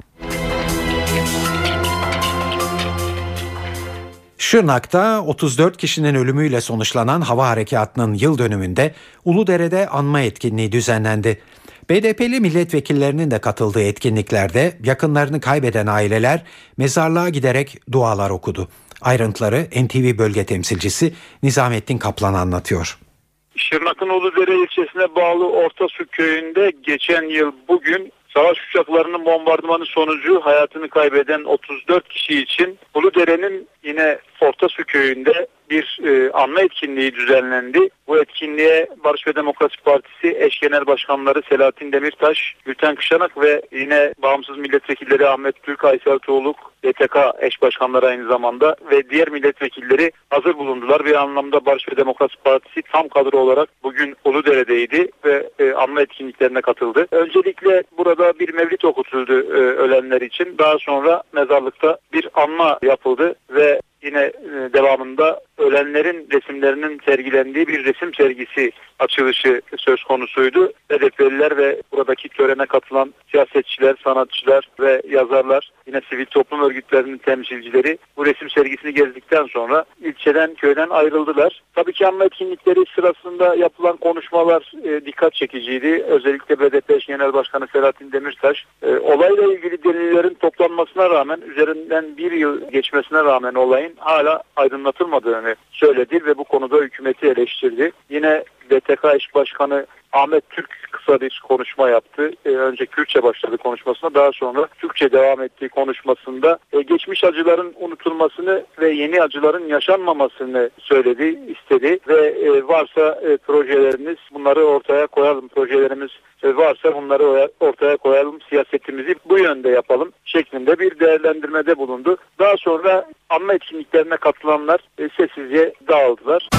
Şırnak'ta 34 kişinin ölümüyle sonuçlanan hava harekatının yıl dönümünde Uludere'de anma etkinliği düzenlendi. BDP'li milletvekillerinin de katıldığı etkinliklerde yakınlarını kaybeden aileler mezarlığa giderek dualar okudu. Ayrıntıları NTV bölge temsilcisi Nizamettin Kaplan anlatıyor.
Şırnak'ın Uludere ilçesine bağlı Ortasu köyünde geçen yıl bugün savaş uçaklarının bombardımanı sonucu hayatını kaybeden 34 kişi için Uludere'nin yine Ortasu köyünde bir anma etkinliği düzenlendi. Bu etkinliğe Barış ve Demokrasi Partisi eş genel başkanları Selahattin Demirtaş, Gülten Kışanak ve yine bağımsız milletvekilleri Ahmet Türk, Aysel Tuğluk, YTK eş başkanları aynı zamanda ve diğer milletvekilleri hazır bulundular. Bir anlamda Barış ve Demokrasi Partisi tam kadro olarak bugün Uludere'deydi ve anma etkinliklerine katıldı. Öncelikle burada bir mevlid okutuldu ölenler için. Daha sonra mezarlıkta bir anma yapıldı ve yine devamında ölenlerin resimlerinin sergilendiği bir resim sergisi açılışı söz konusuydu. HDP'liler ve buradaki törene katılan siyasetçiler, sanatçılar ve yazarlar, yine sivil toplum örgütlerinin temsilcileri bu resim sergisini gezdikten sonra ilçeden, köyden ayrıldılar. Tabii ki anma etkinlikleri sırasında yapılan konuşmalar dikkat çekiciydi. Özellikle BDP Genel Başkanı Selahattin Demirtaş olayla ilgili delillerin toplanmasına rağmen, üzerinden bir yıl geçmesine rağmen olayın hala aydınlatılmadığını söyledi ve bu konuda hükümeti eleştirdi. Yine BTK eş başkanı Ahmet Türk kısa bir konuşma yaptı. Önce Kürtçe başladı konuşmasına, daha sonra Türkçe devam ettiği konuşmasında geçmiş acıların unutulmasını ve yeni acıların yaşanmamasını söyledi, istedi ve varsa projeleriniz bunları ortaya koyalım, projelerimiz varsa bunları ortaya koyalım, siyasetimizi bu yönde yapalım şeklinde bir değerlendirmede bulundu. Daha sonra anma etkinliklerine katılanlar sessizce dağıldılar.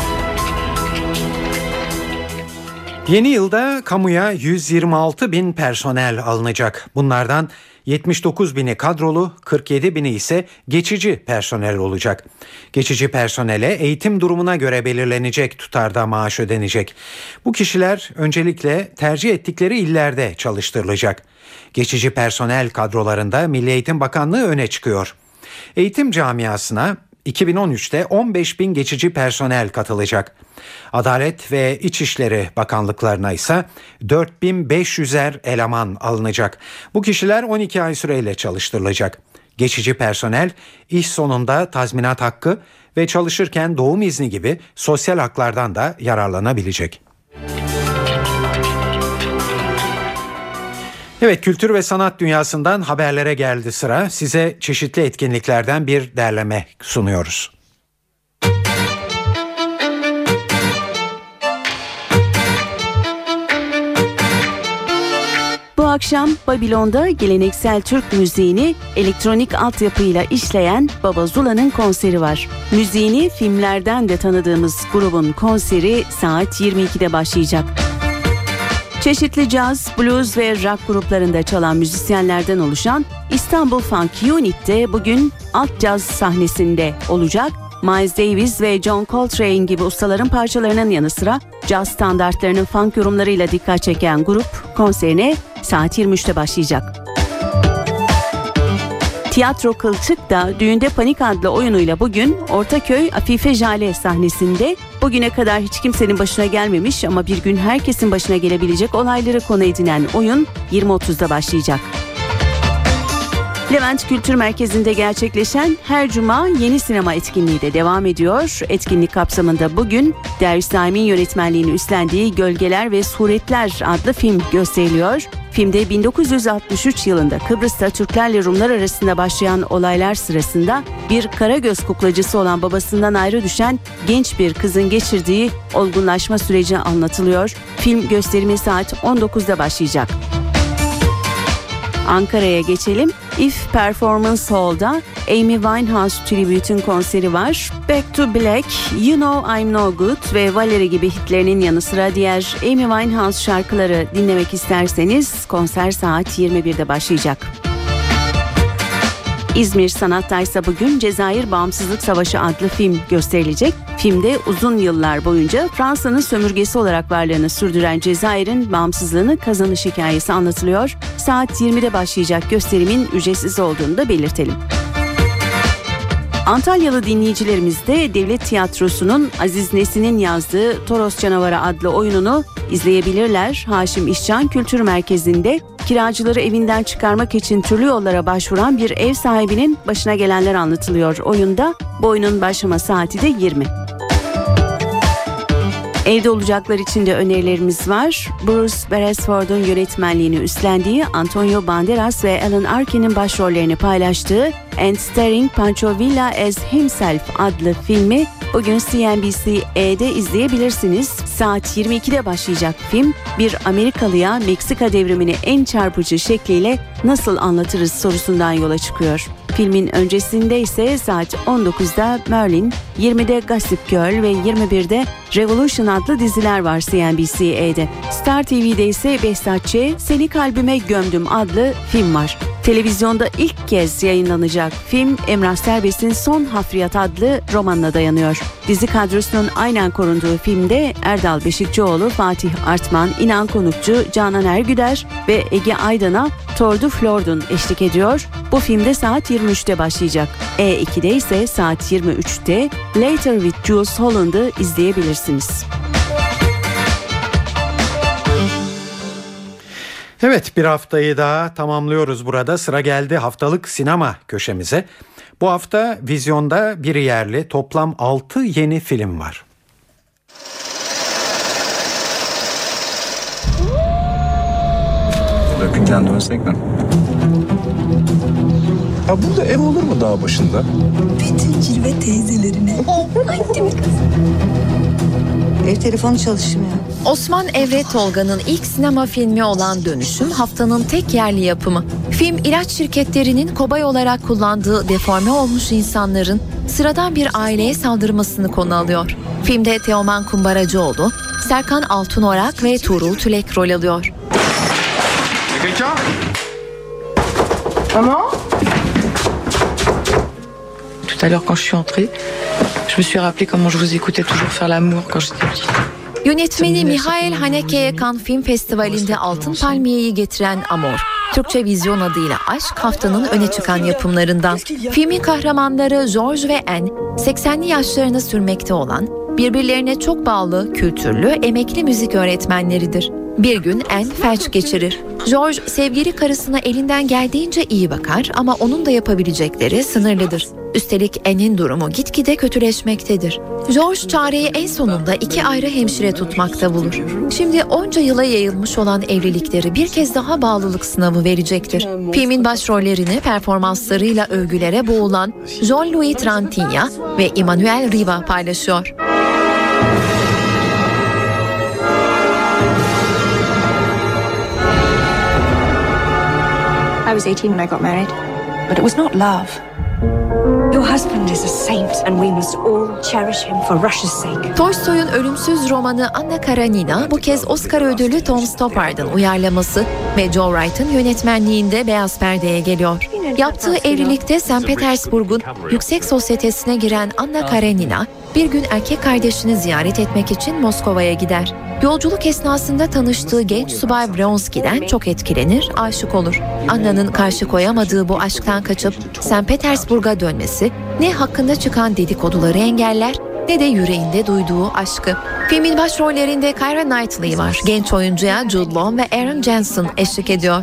Yeni yılda kamuya 126 bin personel alınacak. Bunlardan 79 bini kadrolu, 47 bini ise geçici personel olacak. Geçici personele eğitim durumuna göre belirlenecek tutarda maaş ödenecek. Bu kişiler öncelikle tercih ettikleri illerde çalıştırılacak. Geçici personel kadrolarında Milli Eğitim Bakanlığı öne çıkıyor. Eğitim camiasına 2013'te 15 bin geçici personel katılacak. Adalet ve İçişleri Bakanlıklarına ise 4500'er eleman alınacak. Bu kişiler 12 ay süreyle çalıştırılacak. geçici personel, iş sonunda tazminat hakkı ve çalışırken doğum izni gibi sosyal haklardan da yararlanabilecek. Evet, kültür ve sanat dünyasından haberlere geldi sıra. Size çeşitli etkinliklerden bir derleme sunuyoruz.
Bu akşam Babilon'da geleneksel Türk müziğini elektronik altyapıyla işleyen Baba Zula'nın konseri var. Müziğini filmlerden de tanıdığımız grubun konseri saat 22'de başlayacak. Çeşitli caz, blues ve rock gruplarında çalan müzisyenlerden oluşan İstanbul Funk Unit de bugün alt caz sahnesinde olacak. Miles Davis ve John Coltrane gibi ustaların parçalarının yanı sıra caz standartlarının funk yorumlarıyla dikkat çeken grup konserine saat 23'te başlayacak. Tiyatro Kılçık da Düğünde Panik adlı oyunuyla bugün Ortaköy Afife Jale sahnesinde bugüne kadar hiç kimsenin başına gelmemiş ama bir gün herkesin başına gelebilecek olayları konu edinen oyun 20.30'da başlayacak. Levent Kültür Merkezi'nde gerçekleşen Her Cuma Yeni Sinema etkinliği de devam ediyor. Etkinlik kapsamında bugün Derviş Naim'in yönetmenliğini üstlendiği Gölgeler ve Suretler adlı film gösteriliyor. Filmde 1963 yılında Kıbrıs'ta Türklerle Rumlar arasında başlayan olaylar sırasında bir Karagöz kuklacısı olan babasından ayrı düşen genç bir kızın geçirdiği olgunlaşma süreci anlatılıyor. Film gösterimi saat 19'da başlayacak. Ankara'ya geçelim. If Performance Hall'da Amy Winehouse Tribute'ün konseri var. Back to Black, You Know I'm No Good ve Valerie gibi hitlerinin yanı sıra diğer Amy Winehouse şarkıları dinlemek isterseniz konser saat 21'de başlayacak. İzmir Sanat'ta ise bugün Cezayir Bağımsızlık Savaşı adlı film gösterilecek. Filmde uzun yıllar boyunca Fransa'nın sömürgesi olarak varlığını sürdüren Cezayir'in bağımsızlığını kazanış hikayesi anlatılıyor. Saat 20'de başlayacak gösterimin ücretsiz olduğunu da belirtelim. Antalyalı dinleyicilerimiz de Devlet Tiyatrosu'nun Aziz Nesin'in yazdığı Toros Canavarı adlı oyununu izleyebilirler. Haşim İşcan Kültür Merkezi'nde kiracıları evinden çıkarmak için türlü yollara başvuran bir ev sahibinin başına gelenler anlatılıyor oyunda. Bu oyunun başlama saati de 20. Evde olacaklar için de önerilerimiz var. Bruce Beresford'un yönetmenliğini üstlendiği, Antonio Banderas ve Alan Arkin'in başrollerini paylaştığı And Starring Pancho Villa as Himself adlı filmi bugün CNBC-E'de izleyebilirsiniz. Saat 22'de başlayacak film, bir Amerikalıya Meksika devrimini en çarpıcı şekliyle nasıl anlatırız sorusundan yola çıkıyor. Filmin öncesinde ise saat 19'da Merlin, 20'de Gossip Girl ve 21'de Revolution adlı diziler var CNBC-E'de. Star TV'de ise Behzat Ç. Seni Kalbime Gömdüm adlı film var. Televizyonda ilk kez yayınlanacak film Emrah Serbest'in Son Hafriyat adlı romanına dayanıyor. Dizi kadrosunun aynen korunduğu filmde Erdal Beşikçioğlu, Fatih Artman, İnan Konukçu, Canan Ergüder ve Ege Aydan'a Tordu Flordun eşlik ediyor. Bu filmde saat 23'te başlayacak. E2'de ise saat 23'te Later with Jules Holland'ı izleyebilirsiniz.
Evet, bir haftayı daha tamamlıyoruz burada. Sıra geldi haftalık sinema köşemize. Bu hafta vizyonda bir yerli toplam 6 yeni film var.
Dökünden dönsek mi?
Ha burada ev olur mu dağ başında?
Bütün Cilve teyzelerine. Ay değil mi kız? Ev telefonu çalışmıyor.
Osman Evre Tolga'nın ilk sinema filmi olan Dönüşüm haftanın tek yerli yapımı. Film ilaç şirketlerinin kobay olarak kullandığı deforme olmuş insanların sıradan bir aileye saldırmasını konu alıyor. Filmde Teoman Kumbaracıoğlu, Serkan Altunorak ve Tuğrul Tülek rol alıyor.
Maman?
Tout à l'heure quand je suis entrée, je me suis rappelé comment je vous écoutais toujours faire l'amour quand j'étais petite.
Yönetmeni Mihail Haneke'ye Cannes Film Festivali'nde Altın Palmiye'yi getiren Amor, Türkçe vizyon adıyla Aşk haftanın öne çıkan yapımlarından. Filmin kahramanları George ve Anne, 80'li yaşlarını sürmekte olan, birbirlerine çok bağlı, kültürlü, emekli müzik öğretmenleridir. Bir gün Anne felç geçirir. George sevgili karısına elinden geldiğince iyi bakar ama onun da yapabilecekleri sınırlıdır. Üstelik Anne'in durumu gitgide kötüleşmektedir. George çareyi en sonunda 2 ayrı hemşire tutmakta bulur. Şimdi onca yıla yayılmış olan evlilikleri bir kez daha bağlılık sınavı verecektir. Filmin başrollerini performanslarıyla övgülere boğulan Jean-Louis Trintignant ve Emmanuel Riva paylaşıyor.
I was 18 when I got married, but it was not love. Your husband is a saint and we must all cherish him for Russia's sake.
Tolstoy'un ölümsüz romanı Anna Karenina bu kez Oscar ödüllü Tom Stoppard'ın uyarlaması ve Joe Wright'ın yönetmenliğinde beyaz perdeye geliyor. Yaptığı evlilikte St. Petersburg'un yüksek sosyetesine giren Anna Karenina bir gün erkek kardeşini ziyaret etmek için Moskova'ya gider. Yolculuk esnasında tanıştığı genç subay Vronsky'den çok etkilenir, aşık olur. Anna'nın karşı koyamadığı bu aşktan kaçıp St. Petersburg'a dönmesi ne hakkında çıkan dedikoduları engeller ne de yüreğinde duyduğu aşkı. Filmin başrollerinde Keira Knightley var. Genç oyuncuya Jude Law ve Aaron Jensen eşlik ediyor.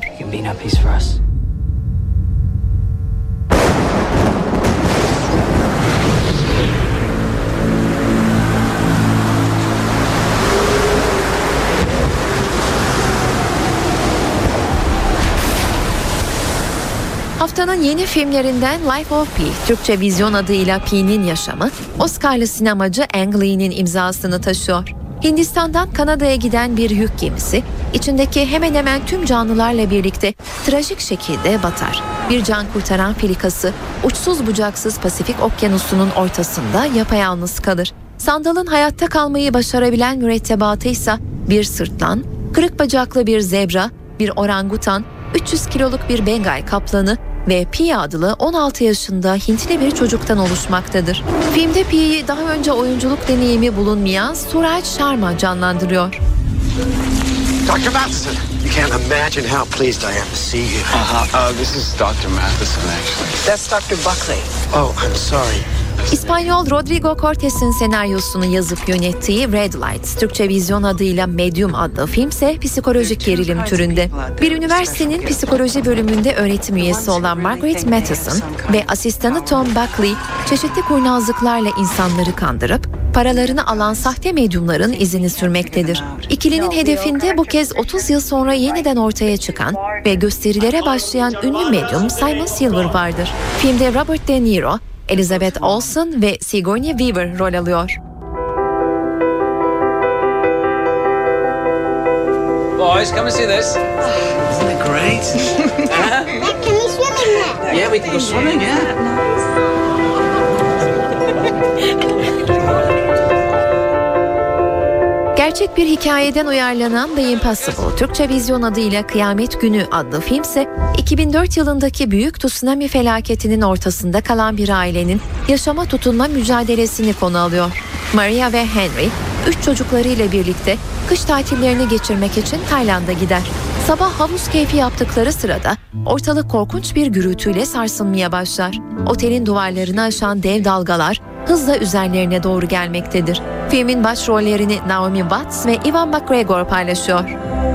Haftanın yeni filmlerinden Life of Pi, Türkçe vizyon adıyla Pi'nin yaşamı, Oscar'lı sinemacı Ang Lee'nin imzasını taşıyor. Hindistan'dan Kanada'ya giden bir yük gemisi, içindeki hemen hemen tüm canlılarla birlikte trajik şekilde batar. Bir can kurtaran filikası, uçsuz bucaksız Pasifik Okyanusu'nun ortasında yapayalnız kalır. Sandal'ın hayatta kalmayı başarabilen mürettebatı ise bir sırtlan, kırık bacaklı bir zebra, bir orangutan, 300 kiloluk bir Bengal kaplanı ve Pi adlı 16 yaşında Hintli bir çocuktan oluşmaktadır. Filmde Pi'yi daha önce oyunculuk deneyimi bulunmayan Suraj Sharma canlandırıyor.
Dr. Matheson, you can't imagine how pleased I am to see you.
This is Dr. Matheson actually.
That's Dr. Buckley. Oh, I'm sorry.
İspanyol Rodrigo Cortes'in senaryosunu yazıp yönettiği Red Lights, Türkçe vizyon adıyla Medium adlı filmse psikolojik gerilim türünde. Bir üniversitenin psikoloji bölümünde öğretim üyesi olan Margaret Matheson ve asistanı Tom Buckley çeşitli kurnazlıklarla insanları kandırıp paralarını alan sahte medyumların izini sürmektedir. İkilinin hedefinde bu kez 30 yıl sonra yeniden ortaya çıkan ve gösterilere başlayan ünlü medyum Simon Silver vardır. Filmde Robert De Niro, Elizabeth Olsen ve Sigourney Weaver rol alıyor.
Boys, come and see this.
Isn't it great?
Can we swim in there?
Yeah, we can go swimming, yeah.
Gerçek bir hikayeden uyarlanan The Impossible, Türkçe vizyon adıyla Kıyamet Günü adlı filmse 2004 yılındaki büyük tsunami felaketinin ortasında kalan bir ailenin yaşama tutunma mücadelesini konu alıyor. Maria ve Henry, 3 çocuklarıyla birlikte kış tatillerini geçirmek için Tayland'a gider. Sabah havuz keyfi yaptıkları sırada ortalık korkunç bir gürültüyle sarsılmaya başlar. Otelin duvarlarını aşan dev dalgalar hızla üzerlerine doğru gelmektedir. Filmin başrollerini Naomi Watts ve Ewan McGregor paylaşıyor.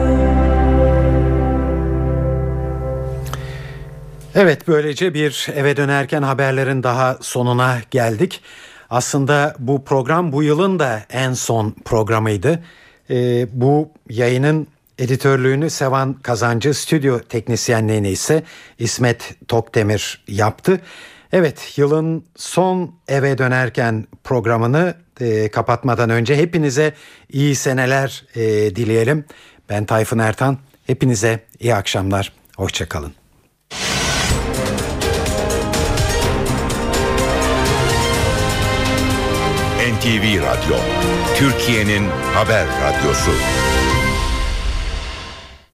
Evet, böylece bir eve dönerken haberlerin daha sonuna geldik. Aslında bu program bu yılın da en son programıydı. Bu yayının editörlüğünü Sevan Kazancı, stüdyo teknisyenliğini ise İsmet Tokdemir yaptı. Evet, yılın son eve dönerken programını kapatmadan önce hepinize iyi seneler dileyelim. Ben Tayfun Ertan, hepinize iyi akşamlar, hoşça kalın.
NTV Radyo, Türkiye'nin haber radyosu.